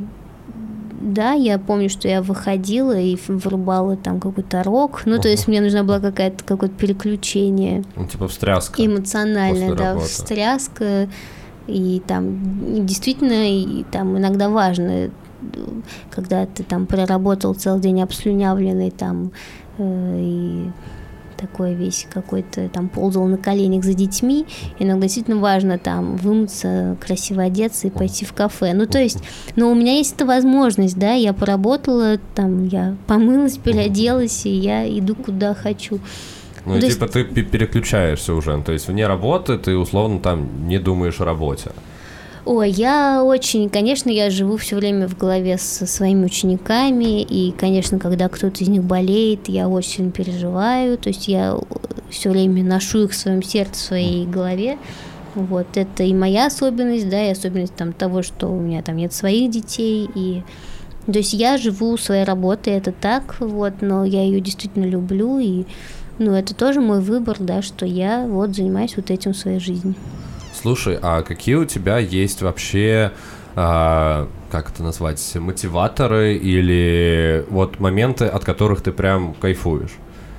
да, я помню, что я выходила и врубала там какой-то рок. Ну, uh-huh. то есть мне нужна была какая-то, какое-то переключение. Ну, типа встряска. Эмоциональная, да, работы. встряска. И там действительно и там иногда важно, когда ты там проработал целый день обслюнявленный там э, и такой весь какой-то там ползал на коленях за детьми, иногда действительно важно там вымыться, красиво одеться и пойти в кафе. Ну, то есть, но у меня есть эта возможность, да, я поработала, там, я помылась, переоделась, и я иду куда хочу. Ну, ну типа есть... ты переключаешься уже, то есть вне работы ты условно там не думаешь о работе. Ой, я очень, конечно, я живу все время в голове со своими учениками, и, конечно, когда кто-то из них болеет, я очень переживаю, то есть я все время ношу их в своем сердце, в своей голове. Вот, это и моя особенность, да, и особенность там того, что у меня там нет своих детей, и то есть я живу своей работой, это так, вот, но я ее действительно люблю, и, ну, это тоже мой выбор, да, что я вот занимаюсь вот этим в своей жизни. Слушай, а какие у тебя есть вообще, а, как это назвать, мотиваторы или вот моменты, от которых ты прям кайфуешь?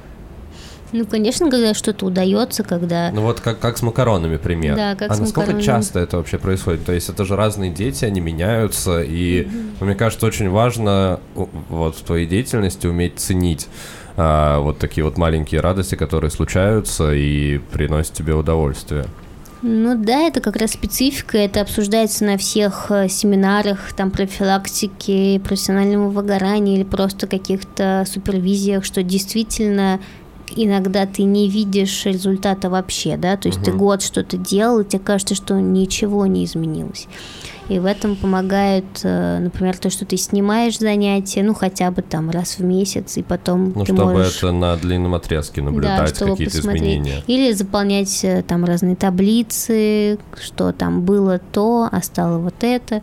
Ну, конечно, когда что-то удается, когда... Ну вот как, как с макаронами, пример. Да, как а с насколько макаронами. часто это вообще происходит? То есть это же разные дети, они меняются, и mm-hmm. мне кажется, очень важно вот в твоей деятельности уметь ценить а, вот такие вот маленькие радости, которые случаются и приносят тебе удовольствие. Ну да, это как раз специфика, это обсуждается на всех семинарах, там, профилактики, профессионального выгорания или просто каких-то супервизиях, что действительно иногда ты не видишь результата вообще, да, то есть uh-huh. ты год что-то делал, и тебе кажется, что ничего не изменилось. И в этом помогает, например, то, что ты снимаешь занятия, ну, хотя бы там раз в месяц, и потом ну, ты чтобы можешь... это на длинном отрезке наблюдать, да, какие-то посмотреть. Изменения. Или заполнять там разные таблицы, что там было то, а стало вот это.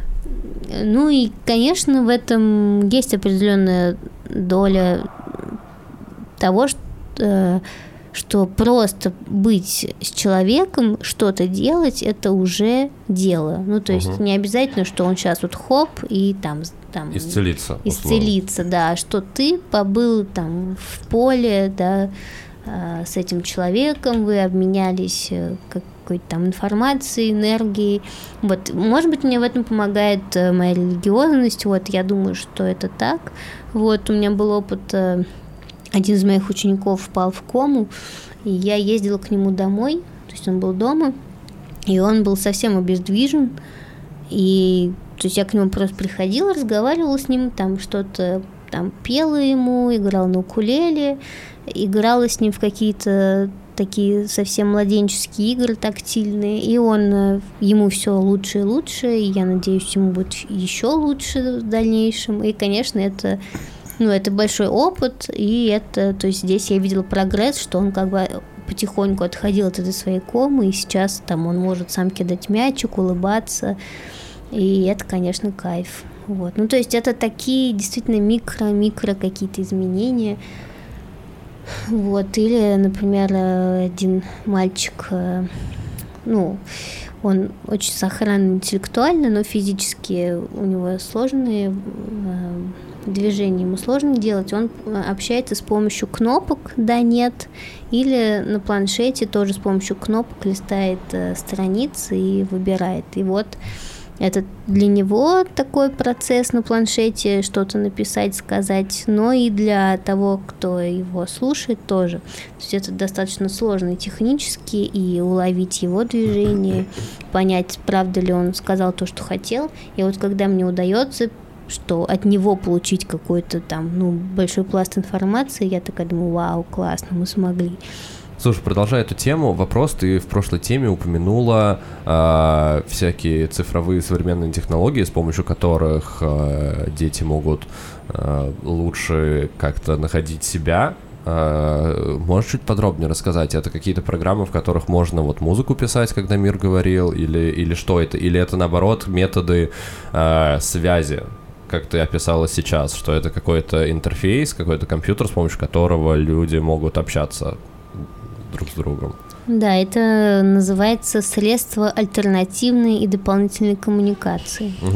Ну и, конечно, в этом есть определенная доля того, что... что просто быть с человеком, что-то делать, это уже дело. Ну, то есть угу. не обязательно, что он сейчас вот хоп и там... там исцелиться. Исцелиться, условно. Да. Что ты побыл там в поле, да, с этим человеком, вы обменялись какой-то там информацией, энергией. Вот, может быть, мне в этом помогает моя религиозность. Вот, я думаю, что это так. Вот, у меня был опыт... Один из моих учеников впал в кому, и я ездила к нему домой, то есть он был дома, и он был совсем обездвижен, и то есть я к нему просто приходила, разговаривала с ним, там что-то там пела ему, играла на укулеле, играла с ним в какие-то такие совсем младенческие игры тактильные, и он, ему все лучше и лучше, и я надеюсь, ему будет еще лучше в дальнейшем, и, конечно, это... Ну, это большой опыт, и это, то есть здесь я видела прогресс, что он как бы потихоньку отходил от этой своей комы, и сейчас там он может сам кидать мячик, улыбаться, и это, конечно, кайф. Вот. Ну, то есть это такие действительно микро-микро какие-то изменения. Вот. Или, например, один мальчик, ну, он очень сохранный интеллектуально, но физически у него сложные движения, ему сложно делать. Он общается с помощью кнопок «да», «нет», или на планшете тоже с помощью кнопок листает страницы и выбирает. И вот это для него такой процесс на планшете, что-то написать, сказать, но и для того, кто его слушает, тоже. То есть это достаточно сложно технически, и уловить его движение, понять, правда ли он сказал то, что хотел. И вот когда мне удается, что от него получить какой-то там, ну, большой пласт информации, я такая думаю, вау, классно, мы смогли. Слушай, продолжая эту тему, вопрос, ты в прошлой теме упомянула э, всякие цифровые современные технологии, с помощью которых э, дети могут э, лучше как-то находить себя. Э, можешь чуть подробнее рассказать, это какие-то программы, в которых можно вот музыку писать, когда мир говорил, или, или что это? Или это, наоборот, методы э, связи, как ты описала сейчас, что это какой-то интерфейс, какой-то компьютер, с помощью которого люди могут общаться друг с другом? Да, это называется средство альтернативной и дополнительной коммуникации. Угу.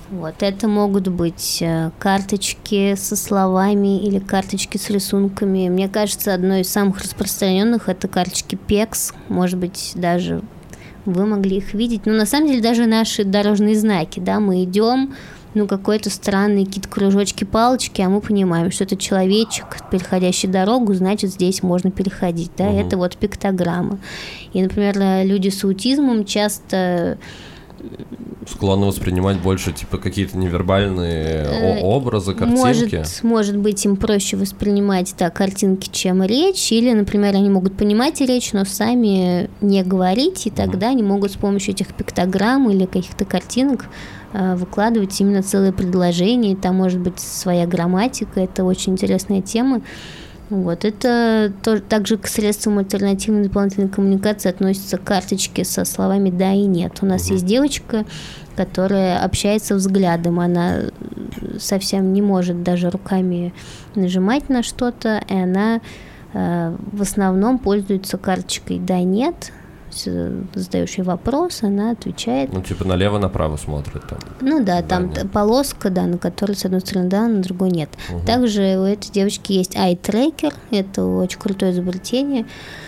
Вот, это могут быть карточки со словами или карточки с рисунками. Мне кажется, одной из самых распространенных это карточки пекс. Может быть, даже вы могли их видеть. Но на самом деле даже наши дорожные знаки, да, мы идем, ну, какой-то странный, какие-то кружочки, палочки, а мы понимаем, что это человечек, переходящий дорогу, значит, здесь можно переходить, да, угу. Это вот пиктограмма. И, например, люди с аутизмом часто склонны воспринимать больше, типа, какие-то невербальные образы, картинки. Может, может быть, им проще воспринимать, да, картинки, чем речь, или, например, они могут понимать речь, но сами не говорить, и тогда mm-hmm. они могут с помощью этих пиктограмм или каких-то картинок э, выкладывать именно целое предложение, и там может быть своя грамматика, это очень интересная тема. Вот, это тоже, также к средствам альтернативной дополнительной коммуникации относятся карточки со словами «да» и «нет». У нас угу. есть девочка, которая общается взглядом, она совсем не может даже руками нажимать на что-то, и она э, в основном пользуется карточкой «да», «нет». Задаешь ей вопрос, она отвечает. Ну, типа налево-направо смотрит там. Ну да, да там нет. полоска, да, на которой с одной стороны да, на другой нет. Угу. Также у этой девочки есть eye-tracker, это очень крутое изобретение,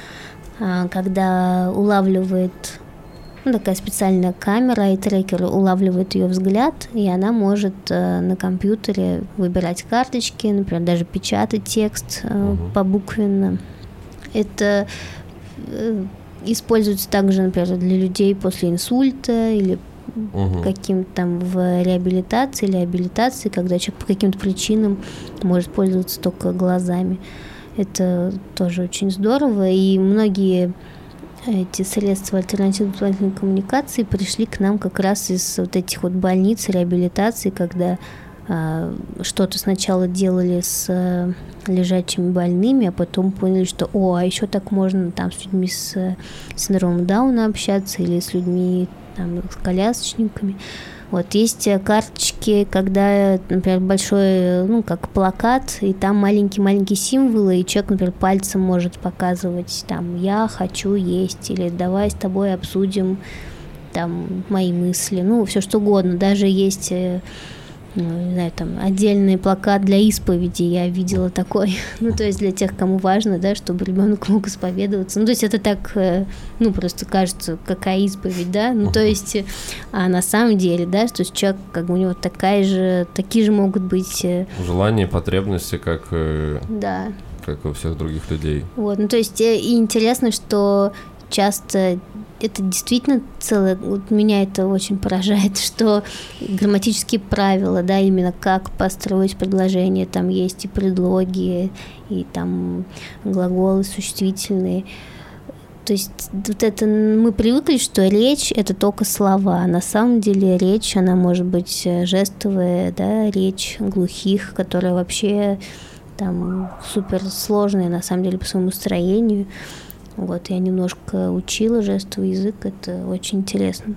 когда улавливает, ну, такая специальная камера, eye-tracker улавливает ее взгляд, и она может на компьютере выбирать карточки, например, даже печатать текст угу. побуквенно. Это используется также, например, для людей после инсульта или угу. каким-то там в реабилитации или абилитации, когда человек по каким-то причинам может пользоваться только глазами. Это тоже очень здорово, и многие эти средства альтернативной дополнительной коммуникации пришли к нам как раз из вот этих вот больниц, реабилитации, когда а, что-то сначала делали с а, лежачими больными, а потом поняли, что о, а еще так можно там с людьми с а, синдромом Дауна общаться или с людьми там, с колясочниками. Вот есть карточки, когда, например, большой, ну, как плакат, и там маленькие-маленькие символы, и человек, например, пальцем может показывать, там, я хочу есть, или давай с тобой обсудим, там, мои мысли, ну, все что угодно. Даже есть, ну, не знаю, там, отдельный плакат для исповеди, я видела такой, ну, то есть для тех, кому важно, да, чтобы ребенок мог исповедоваться, ну, то есть это так, ну, просто кажется, какая исповедь, да, ну, то есть, а на самом деле, да, что человек, как бы у него такая же, такие же могут быть желания и потребности, как, да, как у всех других людей. Вот, ну, то есть, и интересно, что часто это действительно целое, вот меня это очень поражает, что грамматические правила, да, именно как построить предложение, там есть и предлоги, и там глаголы существительные. То есть вот это мы привыкли, что речь — это только слова. На самом деле речь, она может быть жестовая, да, речь глухих, которая вообще там суперсложная на самом деле по своему строению. Вот, я немножко учила жестовый язык, это очень интересно.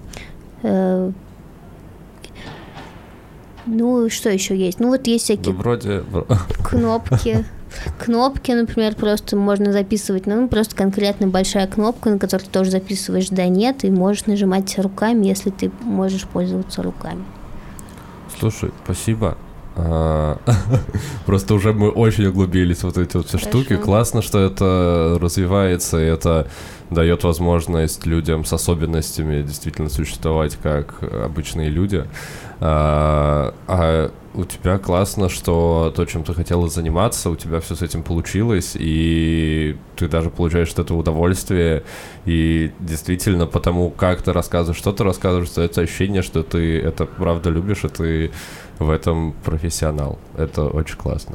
Ну, что еще есть? Ну, вот есть всякие да вроде... кнопки. Кнопки, например, просто можно записывать, ну, просто конкретно большая кнопка, на которой ты тоже записываешь «да», «нет», и можешь нажимать руками, если ты можешь пользоваться руками. Слушай, спасибо. А, просто уже мы очень углубились в вот эти вот все Хорошо. штуки. Классно, что это развивается, и это дает возможность людям с особенностями действительно существовать как обычные люди. А, а у тебя классно, что то, чем ты хотела заниматься, у тебя все с этим получилось, и ты даже получаешь от этого удовольствие. И действительно, потому как ты рассказываешь, что ты рассказываешь, это ощущение, что ты это правда любишь, и ты в этом профессионал. Это очень классно.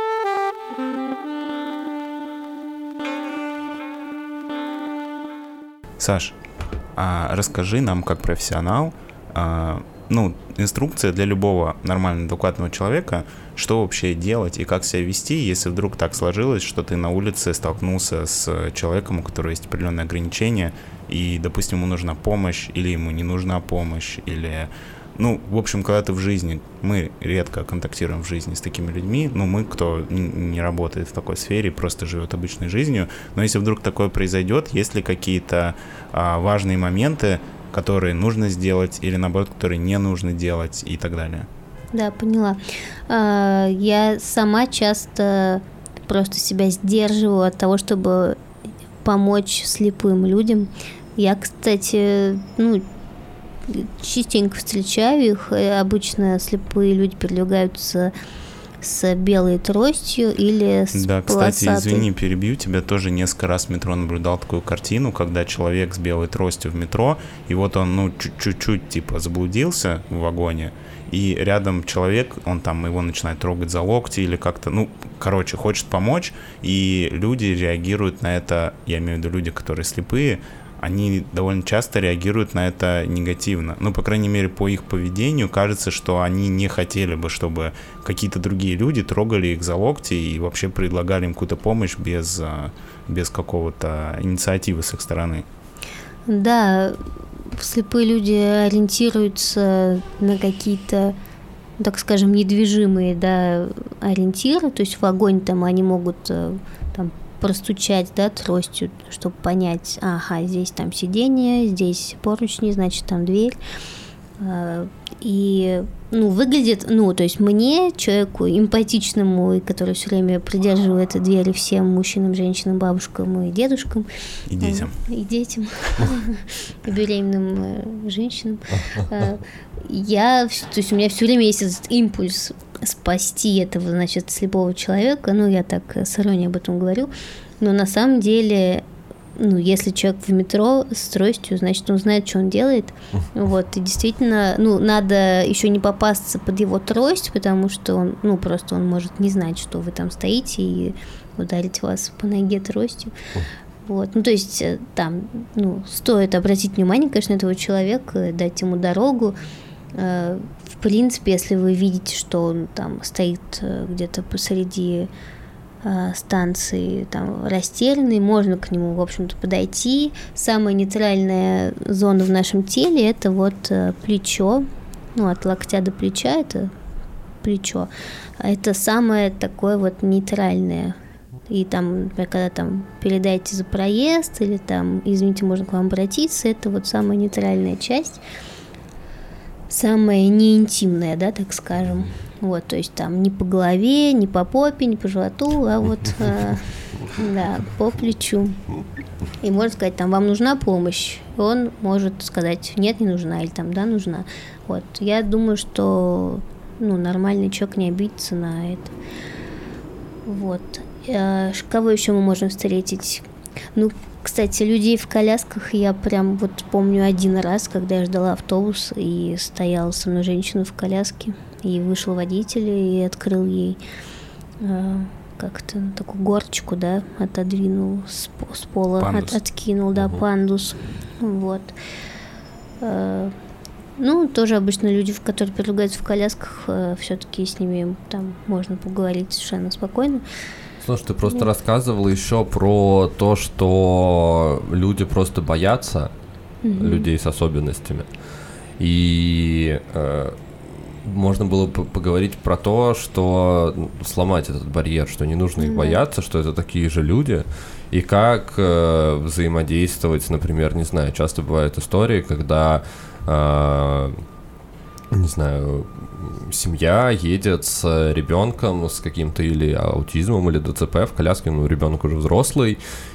Саш, а расскажи нам, как профессионал, а, ну, инструкция для любого нормального, адекватного человека, что вообще делать и как себя вести, если вдруг так сложилось, что ты на улице столкнулся с человеком, у которого есть определенные ограничения, и, допустим, ему нужна помощь, или ему не нужна помощь, или... Ну, в общем, когда ты в жизни, мы редко контактируем в жизни с такими людьми, ну, мы, кто не работает в такой сфере, просто живет обычной жизнью, но если вдруг такое произойдет, есть ли какие-то а, важные моменты, которые нужно сделать или, наоборот, которые не нужно делать и так далее. Да, поняла. Я сама часто просто себя сдерживаю от того, чтобы помочь слепым людям. Я, кстати, ну, частенько встречаю их. Обычно слепые люди передвигаются с белой тростью или с Да, кстати, полосатой. извини, перебью тебя. Тоже несколько раз в метро наблюдал такую картину, когда человек с белой тростью в метро, и вот он, ну, чуть-чуть, типа, заблудился в вагоне, и рядом человек, он там его начинает трогать за локти или как-то, ну, короче, хочет помочь, и люди реагируют на это, я имею в виду люди, которые слепые, они довольно часто реагируют на это негативно. Ну, по крайней мере, по их поведению кажется, что они не хотели бы, чтобы какие-то другие люди трогали их за локти и вообще предлагали им какую-то помощь без, без какого-то инициативы с их стороны. Да, слепые люди ориентируются на какие-то, так скажем, недвижимые, да, ориентиры. То есть в вагоне там они могут там простучать, да, тростью, чтобы понять, ага, здесь там сиденье, здесь поручни, значит, там дверь. И, ну, выглядит, ну, то есть мне, человеку эмпатичному, и который все время придерживает двери всем мужчинам, женщинам, бабушкам и дедушкам. И детям. И детям. И беременным женщинам. Я, то есть у меня все время есть этот импульс спасти этого, значит, слепого человека. Ну, я так с иронией об этом говорю. Но на самом деле, ну, если человек в метро с тростью, значит, он знает, что он делает. Вот, и действительно, ну, надо еще не попасться под его трость, потому что он, ну, просто он может не знать, что вы там стоите, и ударить вас по ноге тростью. Вот, ну, то есть там, ну, стоит обратить внимание, конечно, этого человека, дать ему дорогу. В принципе, если вы видите, что он там стоит где-то посреди станции, там, растерянный, можно к нему, в общем-то, подойти. Самая нейтральная зона в нашем теле – это вот плечо, ну, от локтя до плеча – это плечо. Это самое такое вот нейтральное. И там, например, когда там передаете за проезд или там, извините, можно к вам обратиться, это вот самая нейтральная часть, самая неинтимная, да, так скажем. Вот, то есть там не по голове, не по попе, не по животу, а вот, э, да, по плечу. И можно сказать, там, вам нужна помощь? И он может сказать, нет, не нужна, или там, да, нужна. Вот, я думаю, что, ну, нормальный человек не обидится на это. Вот. Э, кого еще мы можем встретить? Ну, кстати, людей в колясках я прям вот помню один раз, когда я ждала автобус, и стояла со мной женщина в коляске, и вышел водитель и открыл ей э, как-то такую горочку, да, отодвинул с, с пола, от, откинул, да, угу. пандус. Вот. Э, ну, тоже обычно люди, которые передвигаются в колясках, э, все-таки с ними там можно поговорить совершенно спокойно. Слушай, ты просто рассказывал еще про то, что люди просто боятся mm-hmm. людей с особенностями. И э, можно было бы поговорить про то, что сломать этот барьер, что не нужно их mm-hmm. бояться, что это такие же люди. И как э, взаимодействовать, например, не знаю, часто бывают истории, когда, э, не знаю, семья едет с ребенком с каким-то или аутизмом, или ДЦП в коляске, ну, ребенок уже взрослый,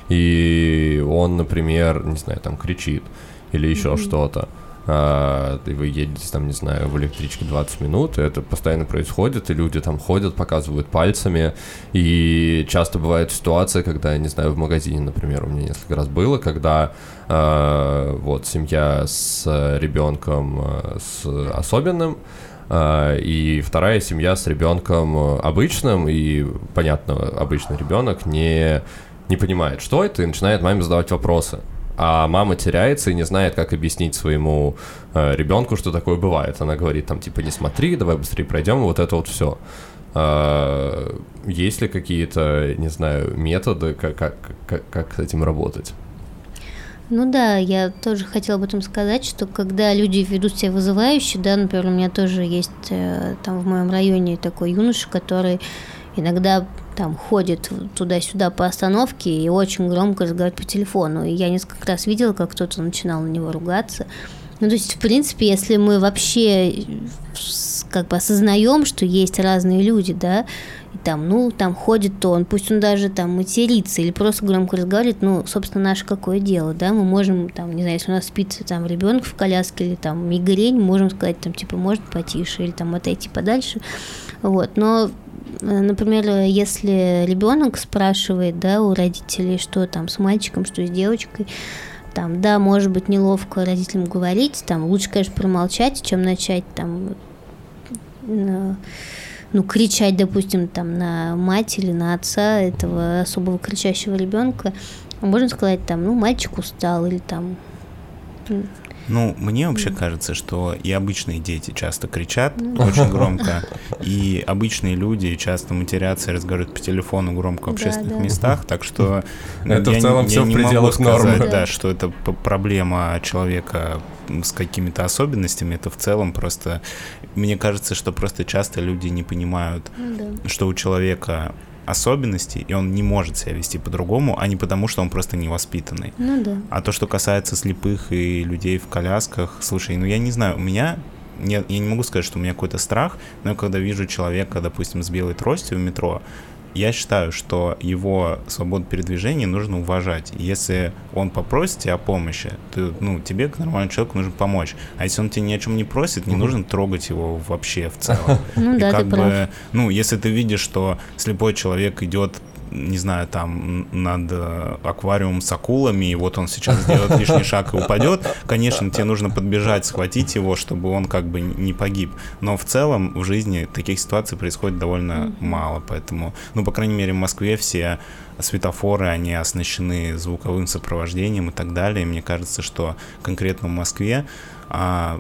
и он, например, не знаю, там кричит или еще mm-hmm. что-то. А, и вы едете там, не знаю, в электричке двадцать минут, и это постоянно происходит, и люди там ходят, показывают пальцами, и часто бывает ситуация, когда, не знаю, в магазине, например, у меня несколько раз было, когда а, вот семья с ребенком с особенным, и вторая семья с ребенком обычным, и, понятно, обычный ребенок не, не понимает, что это, и начинает маме задавать вопросы. А мама теряется и не знает, как объяснить своему э, ребенку, что такое бывает. Она говорит, там, типа, не смотри, давай быстрее пройдем, вот это вот все. Э, есть ли какие-то, не знаю, методы, как, как, как, как с этим работать? Ну да, я тоже хотела об этом сказать, что когда люди ведут себя вызывающе, да, например, у меня тоже есть э, там в моем районе такой юноша, который иногда там ходит туда-сюда по остановке и очень громко разговаривает по телефону. И я несколько раз видела, как кто-то начинал на него ругаться. Ну, то есть, в принципе, если мы вообще как бы осознаем, что есть разные люди, да, и там, ну, там ходит он, пусть он даже там матерится или просто громко разговаривает, ну, собственно, наше какое дело, да, мы можем, там, не знаю, если у нас спит там ребенок в коляске или там мигрень, можем сказать, там, типа, может потише или там отойти подальше, вот, но, например, если ребенок спрашивает, да, у родителей, что там с мальчиком, что с девочкой, там, да, может быть, неловко родителям говорить, там, лучше, конечно, промолчать, чем начать, там, ну, кричать, допустим, там, на мать или на отца этого особого кричащего ребенка. Можно сказать, там, ну, мальчик устал, или там... Ну, мне вообще кажется, что и обычные дети часто кричат очень громко, и обычные люди часто матерятся и разговаривают по телефону громко в общественных да, да. местах, так что это я, в целом я все не в пределах могу сказать, нормы. Да, что это проблема человека с какими-то особенностями, это в целом просто... Мне кажется, что просто часто люди не понимают, да. что у человека... особенностей, и он не может себя вести по-другому, а не потому, что он просто невоспитанный. Ну да. А то, что касается слепых и людей в колясках, слушай, ну я не знаю, у меня, нет, я не могу сказать, что у меня какой-то страх, но когда вижу человека, допустим, с белой тростью в метро, я считаю, что его свободу передвижения нужно уважать. Если он попросит тебя о помощи, то, ну, тебе, как нормальному человеку, нужно помочь. А если он тебя ни о чем не просит, не нужно трогать его вообще в целом. Ну да, ты прав. Ну, если ты видишь, что слепой человек идет, не знаю, там, над аквариумом с акулами, и вот он сейчас сделает лишний шаг и упадет, конечно, тебе нужно подбежать, схватить его, чтобы он как бы не погиб. Но в целом в жизни таких ситуаций происходит довольно mm-hmm. мало, поэтому, ну, по крайней мере, в Москве все светофоры, они оснащены звуковым сопровождением и так далее. И мне кажется, что конкретно в Москве а,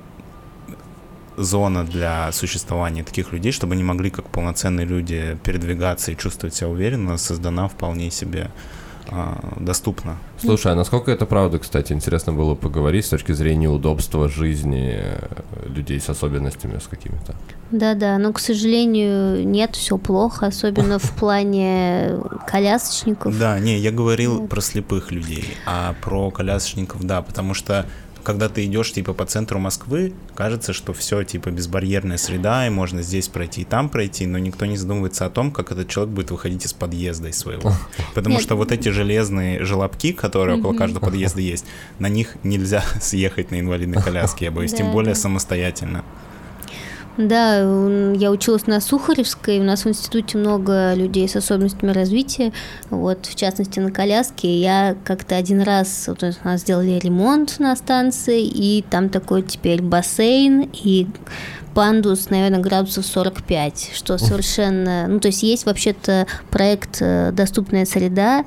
зона для существования таких людей, чтобы они могли как полноценные люди передвигаться и чувствовать себя уверенно, создана вполне себе а, доступна. Слушай, а насколько это правда, кстати, интересно было поговорить с точки зрения удобства жизни людей с особенностями с какими-то? Да-да, но, к сожалению, нет, все плохо, особенно в плане колясочников. Да, не, я говорил про слепых людей, а про колясочников, да, потому что когда ты идешь, типа, по центру Москвы, кажется, что все, типа, безбарьерная среда, и можно здесь пройти и там пройти, но никто не задумывается о том, как этот человек будет выходить из подъезда из своего. Потому Нет. что вот эти железные желобки, которые около каждого подъезда есть, на них нельзя съехать на инвалидной коляске, я боюсь, тем более самостоятельно. Да, я училась на Сухаревской, у нас в институте много людей с особенностями развития, вот, в частности, на коляске. Я как-то один раз, вот, у нас сделали ремонт на станции, и там такой теперь бассейн и пандус, наверное, градусов сорок пять, что совершенно... Ну, то есть есть вообще-то проект «Доступная среда»,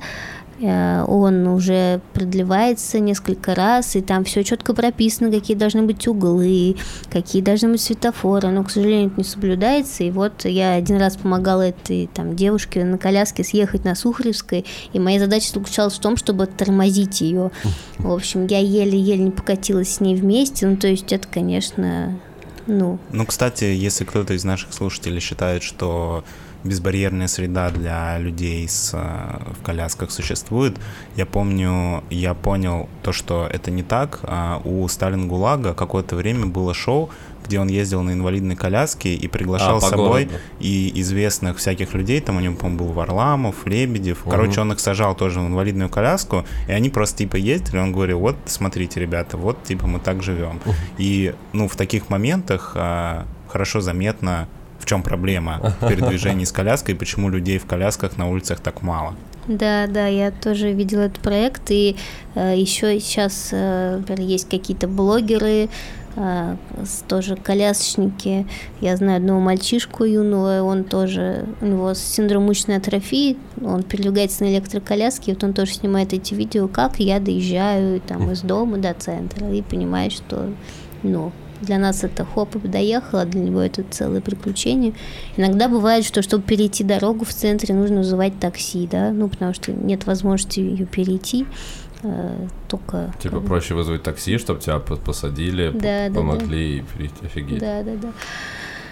он уже продлевается несколько раз, и там все четко прописано, какие должны быть углы, какие должны быть светофоры, но, к сожалению, это не соблюдается, и вот я один раз помогала этой там девушке на коляске съехать на Сухаревской, и моя задача заключалась в том, чтобы тормозить ее. В общем, я еле-еле не покатилась с ней вместе, ну, то есть это, конечно, ну... Ну, кстати, если кто-то из наших слушателей считает, что безбарьерная среда для людей с, в колясках существует. Я помню, я понял то, что это не так. У Сталин ГУЛАГа какое-то время было шоу, где он ездил на инвалидной коляске и приглашал а, с собой городу. И известных всяких людей, там у него, по-моему, был Варламов, Лебедев. Угу. Короче, он их сажал тоже в инвалидную коляску, и они просто типа ездили, он говорил, вот, смотрите, ребята, вот, типа, мы так живем. Угу. И, ну, в таких моментах а, хорошо заметно, в чем проблема в передвижении с коляской, и почему людей в колясках на улицах так мало. Да, да, я тоже видела этот проект, и э, еще сейчас э, есть какие-то блогеры, э, тоже колясочники. Я знаю одного мальчишку юного, он тоже, у него синдром мышечной атрофии, он передвигается на электроколяске, и вот он тоже снимает эти видео, как я доезжаю там из дома до центра, и понимает, что, ну... Для нас это хоп и доехало, для него это целое приключение. Иногда бывает, что чтобы перейти дорогу в центре, нужно вызывать такси, да, ну, потому что нет возможности ее перейти, э, только... Типа проще вызвать такси, чтобы тебя посадили, да, помогли да, да. и перейти, офигеть. Да, да, да.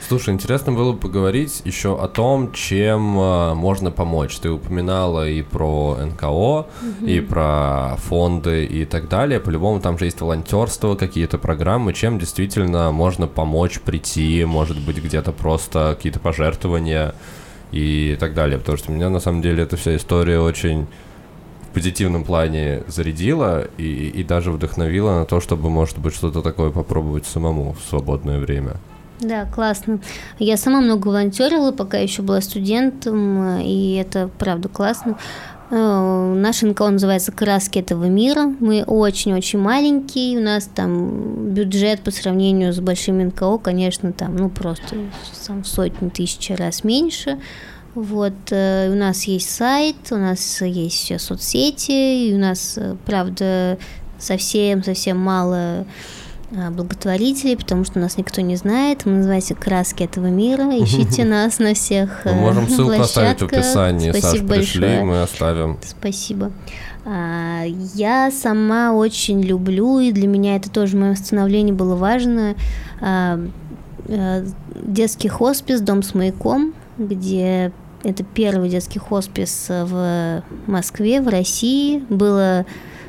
Слушай, интересно было бы поговорить еще о том, чем э, можно помочь. Ты упоминала и про эн ка о, угу. и про фонды и так далее. По-любому там же есть волонтерство, какие-то программы, чем действительно можно помочь прийти, может быть, где-то просто какие-то пожертвования и так далее. Потому что меня, на самом деле, эта вся история очень в позитивном плане зарядила и, и даже вдохновила на то, чтобы, может быть, что-то такое попробовать самому в свободное время. Да, классно. Я сама много волонтерила, пока еще была студентом, и это правда классно. Наш эн ка о называется «Краски этого мира». Мы очень-очень маленькие, у нас там бюджет по сравнению с большим эн ка о, конечно, там, ну, просто сам сотни тысяч раз меньше. Вот, у нас есть сайт, у нас есть соцсети, и у нас, правда, совсем-совсем мало благотворителей, потому что нас никто не знает. Мы называемся «Краски этого мира». Ищите нас на всех площадках. Мы можем ссылку оставить в описании. Саш, пришли, мы оставим. Спасибо. Я сама очень люблю, и для меня это тоже в моем становлении было важно, детский хоспис «Дом с маяком», где это первый детский хоспис в Москве, в России. Было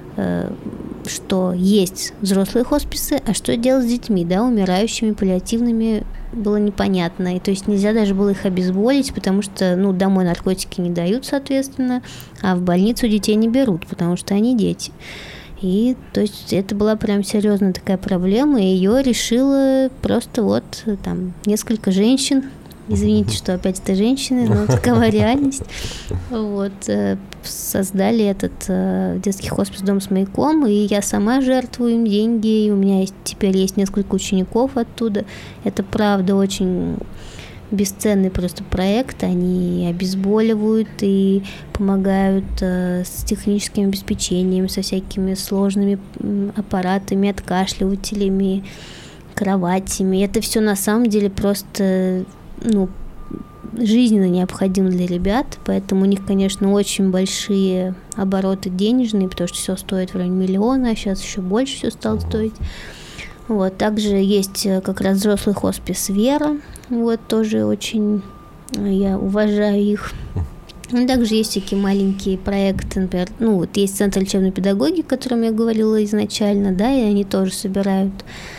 что есть взрослые хосписы, а что делать с детьми, да, умирающими, паллиативными, было непонятно. И то есть нельзя даже было их обезболить, потому что, ну, домой наркотики не дают, соответственно, а в больницу детей не берут, потому что они дети. И, то есть, это была прям серьезная такая проблема, и ее решила просто вот там несколько женщин. Извините, что опять это женщины, но такова реальность. Вот, создали этот детский хоспис «Дом с маяком», и я сама жертвую им деньги, и у меня есть, теперь есть несколько учеников оттуда. Это, правда, очень бесценный просто проект. Они обезболивают и помогают с техническим обеспечением, со всякими сложными аппаратами, откашливателями, кроватями. Это все на самом деле просто... ну, жизненно необходим для ребят, поэтому у них, конечно, очень большие обороты денежные, потому что все стоит в районе миллиона, а сейчас еще больше все стало стоить. Вот, также есть как раз взрослый хоспис «Вера», вот, тоже очень я уважаю их. Ну, также есть всякие маленькие проекты, например, ну, вот есть Центр лечебной педагогики, о котором я говорила изначально, да, и они тоже собирают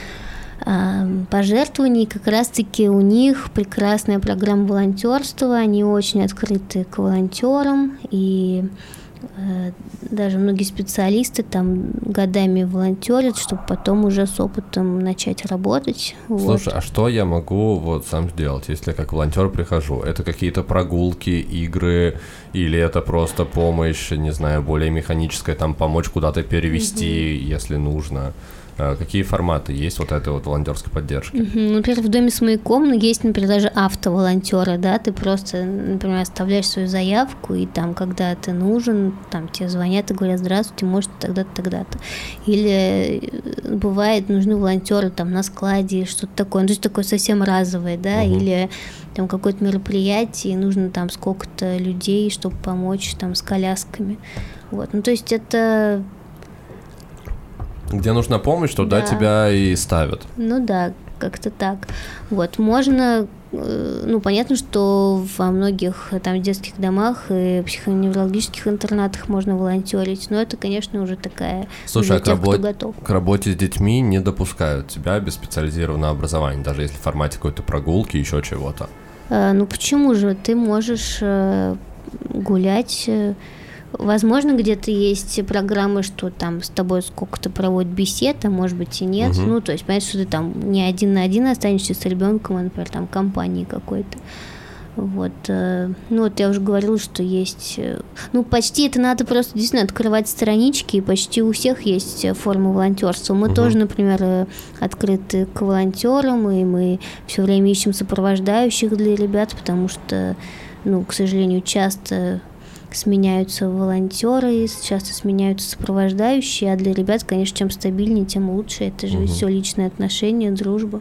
пожертвований, как раз-таки у них прекрасная программа волонтерства, они очень открыты к волонтерам, и э, даже многие специалисты там годами волонтерят, чтобы потом уже с опытом начать работать. Слушай, вот. А что я могу вот сам сделать, если я как волонтер прихожу? Это какие-то прогулки, игры, или это просто помощь, не знаю, более механическая, там помочь куда-то перевести, угу. если нужно? Какие форматы есть вот этой вот волонтерской поддержки? Uh-huh. Например, в «Доме с маяком» есть, например, даже автоволонтеры, да, ты просто, например, оставляешь свою заявку, и там, когда ты нужен, там тебе звонят и говорят: здравствуйте, может, тогда-то, тогда-то. Или бывает, нужны волонтеры там на складе, что-то такое, ну, то есть такое совсем разовое, да, uh-huh. или там какое-то мероприятие, нужно там сколько-то людей, чтобы помочь там с колясками. Вот, ну, то есть это... Где нужна помощь, туда да. тебя и ставят. Ну да, как-то так. Вот, можно, ну, понятно, что во многих там детских домах и психоневрологических интернатах можно волонтерить, но это, конечно, уже такая... Слушай, а к, работ... к работе с детьми не допускают тебя без специализированного образования, даже если в формате какой-то прогулки, еще чего-то? А, ну, почему же? Ты можешь гулять... Возможно, где-то есть программы, что там с тобой сколько-то проводят бесед, а может быть и нет. Угу. Ну, то есть, понятно, что ты там не один на один останешься с ребенком, а, например, там компании какой-то. Вот. Ну, вот я уже говорила, что есть... Ну, почти это надо просто действительно открывать странички, и почти у всех есть форма волонтерства. Мы угу. тоже, например, открыты к волонтерам, и мы все время ищем сопровождающих для ребят, потому что, ну, к сожалению, часто... сменяются волонтеры, часто сменяются сопровождающие, а для ребят, конечно, чем стабильнее, тем лучше. Это же угу. все личные отношения, дружба.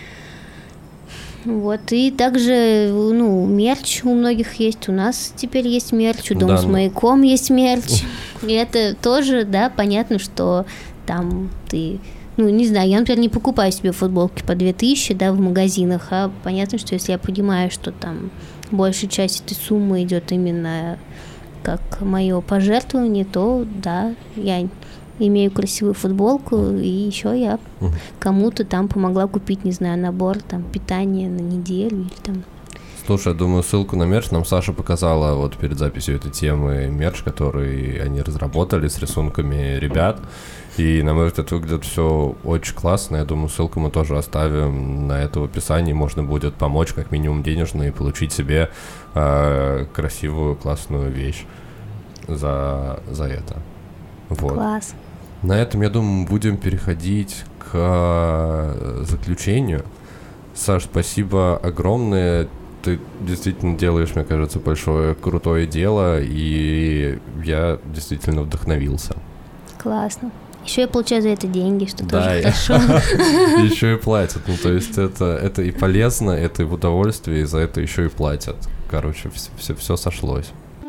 Вот, и также, ну, мерч у многих есть, у нас теперь есть мерч, у Дома да, с маяком есть мерч. И это тоже, да, понятно, что там ты ну, не знаю, я, например, не покупаю себе футболки по две тысячи, да, в магазинах, а понятно, что если я понимаю, что там большая часть этой суммы идет именно как мое пожертвование, то, да, я имею красивую футболку, и еще я кому-то там помогла купить, не знаю, набор там питания на неделю или там. Слушай, я думаю, ссылку на мерч нам Саша показала вот перед записью этой темы, мерч, который они разработали с рисунками ребят. И, на мой взгляд, выглядит все очень классно. Я думаю, ссылку мы тоже оставим на это в описании. Можно будет помочь как минимум денежно и получить себе э, красивую, классную вещь за, за это. Вот. Класс. На этом, я думаю, будем переходить к заключению. Саш, спасибо огромное. Ты действительно делаешь, мне кажется, большое, крутое дело, и я действительно вдохновился. Классно. Еще я получаю за это деньги, что да, тоже я... хорошо. Еще и платят. Ну, то есть это, это и полезно, это и в удовольствие, и за это еще и платят. Короче, все, все, все сошлось.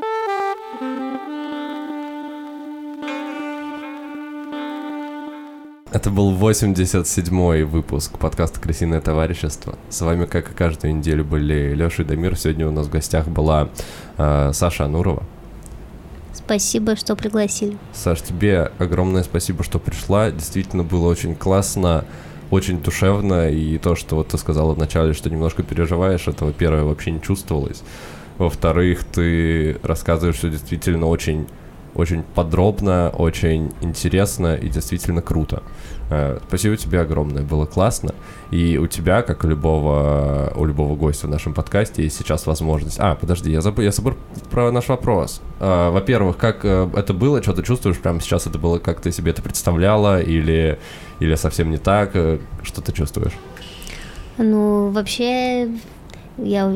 Это был восемьдесят седьмой выпуск подкаста «Крысиное товарищество». С вами, как и каждую неделю, были Леша и Дамир. Сегодня у нас в гостях была э, Саша Анурова. Спасибо, что пригласили. Саш, тебе огромное спасибо, что пришла. Действительно было очень классно, очень душевно. И то, что вот ты сказала вначале, что немножко переживаешь, этого первое вообще не чувствовалось. Во-вторых, ты рассказываешь все действительно очень, очень подробно, очень интересно и действительно круто. Спасибо тебе огромное, было классно. И у тебя, как у любого, у любого гостя в нашем подкасте, есть сейчас возможность... А, подожди, я забыл, я забыл про наш вопрос. Во-первых, как это было, что ты чувствуешь прямо сейчас? Это было, как ты себе это представляла или, или совсем не так? Что ты чувствуешь? Ну, вообще, я...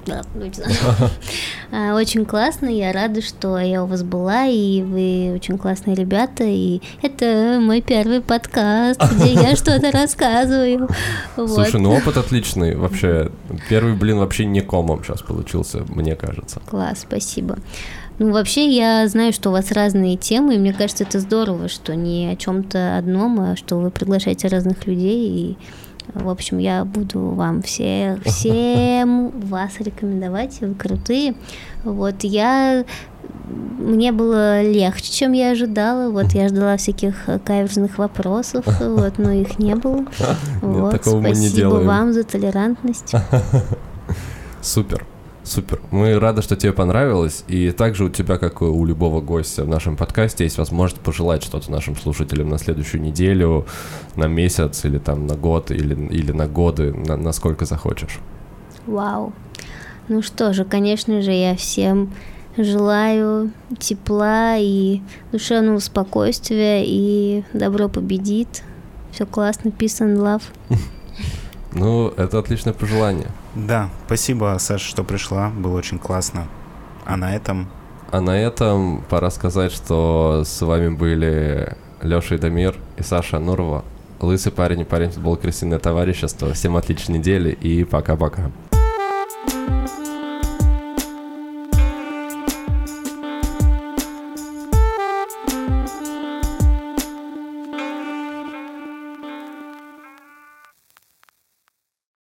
Очень классно, я рада, что я у вас была, и вы очень классные ребята, и это мой первый подкаст, где я что-то рассказываю. Слушай, ну опыт отличный, вообще, первый, блин, вообще не комом сейчас получился, мне кажется. Класс, спасибо. Ну, вообще, я знаю, что у вас разные темы, и мне кажется, это здорово, что не о чем-то одном, а что вы приглашаете разных людей, и в общем, я буду вам все, всем вас рекомендовать, вы крутые. Вот, я... Мне было легче, чем я ожидала. Вот, я ждала всяких каверзных вопросов, вот, но их не было. Вот, нет, такого мы не делаем. Спасибо вам за толерантность. Супер. Супер. Мы рады, что тебе понравилось. И также у тебя, как и у любого гостя в нашем подкасте, есть возможность пожелать что-то нашим слушателям на следующую неделю, на месяц или там на год, или, или на годы, на, насколько захочешь. Вау. Ну что же, конечно же, я всем желаю тепла и душевного спокойствия, и добро победит. Все классно. Peace and love. Ну, это отличное пожелание. Да, спасибо, Саша, что пришла, было очень классно. А на этом... А на этом пора сказать, что с вами были Леша и Дамир и Саша Анурова. Лысый парень и парень футбол «Крысиное товарищество». Всем отличной недели и пока-пока.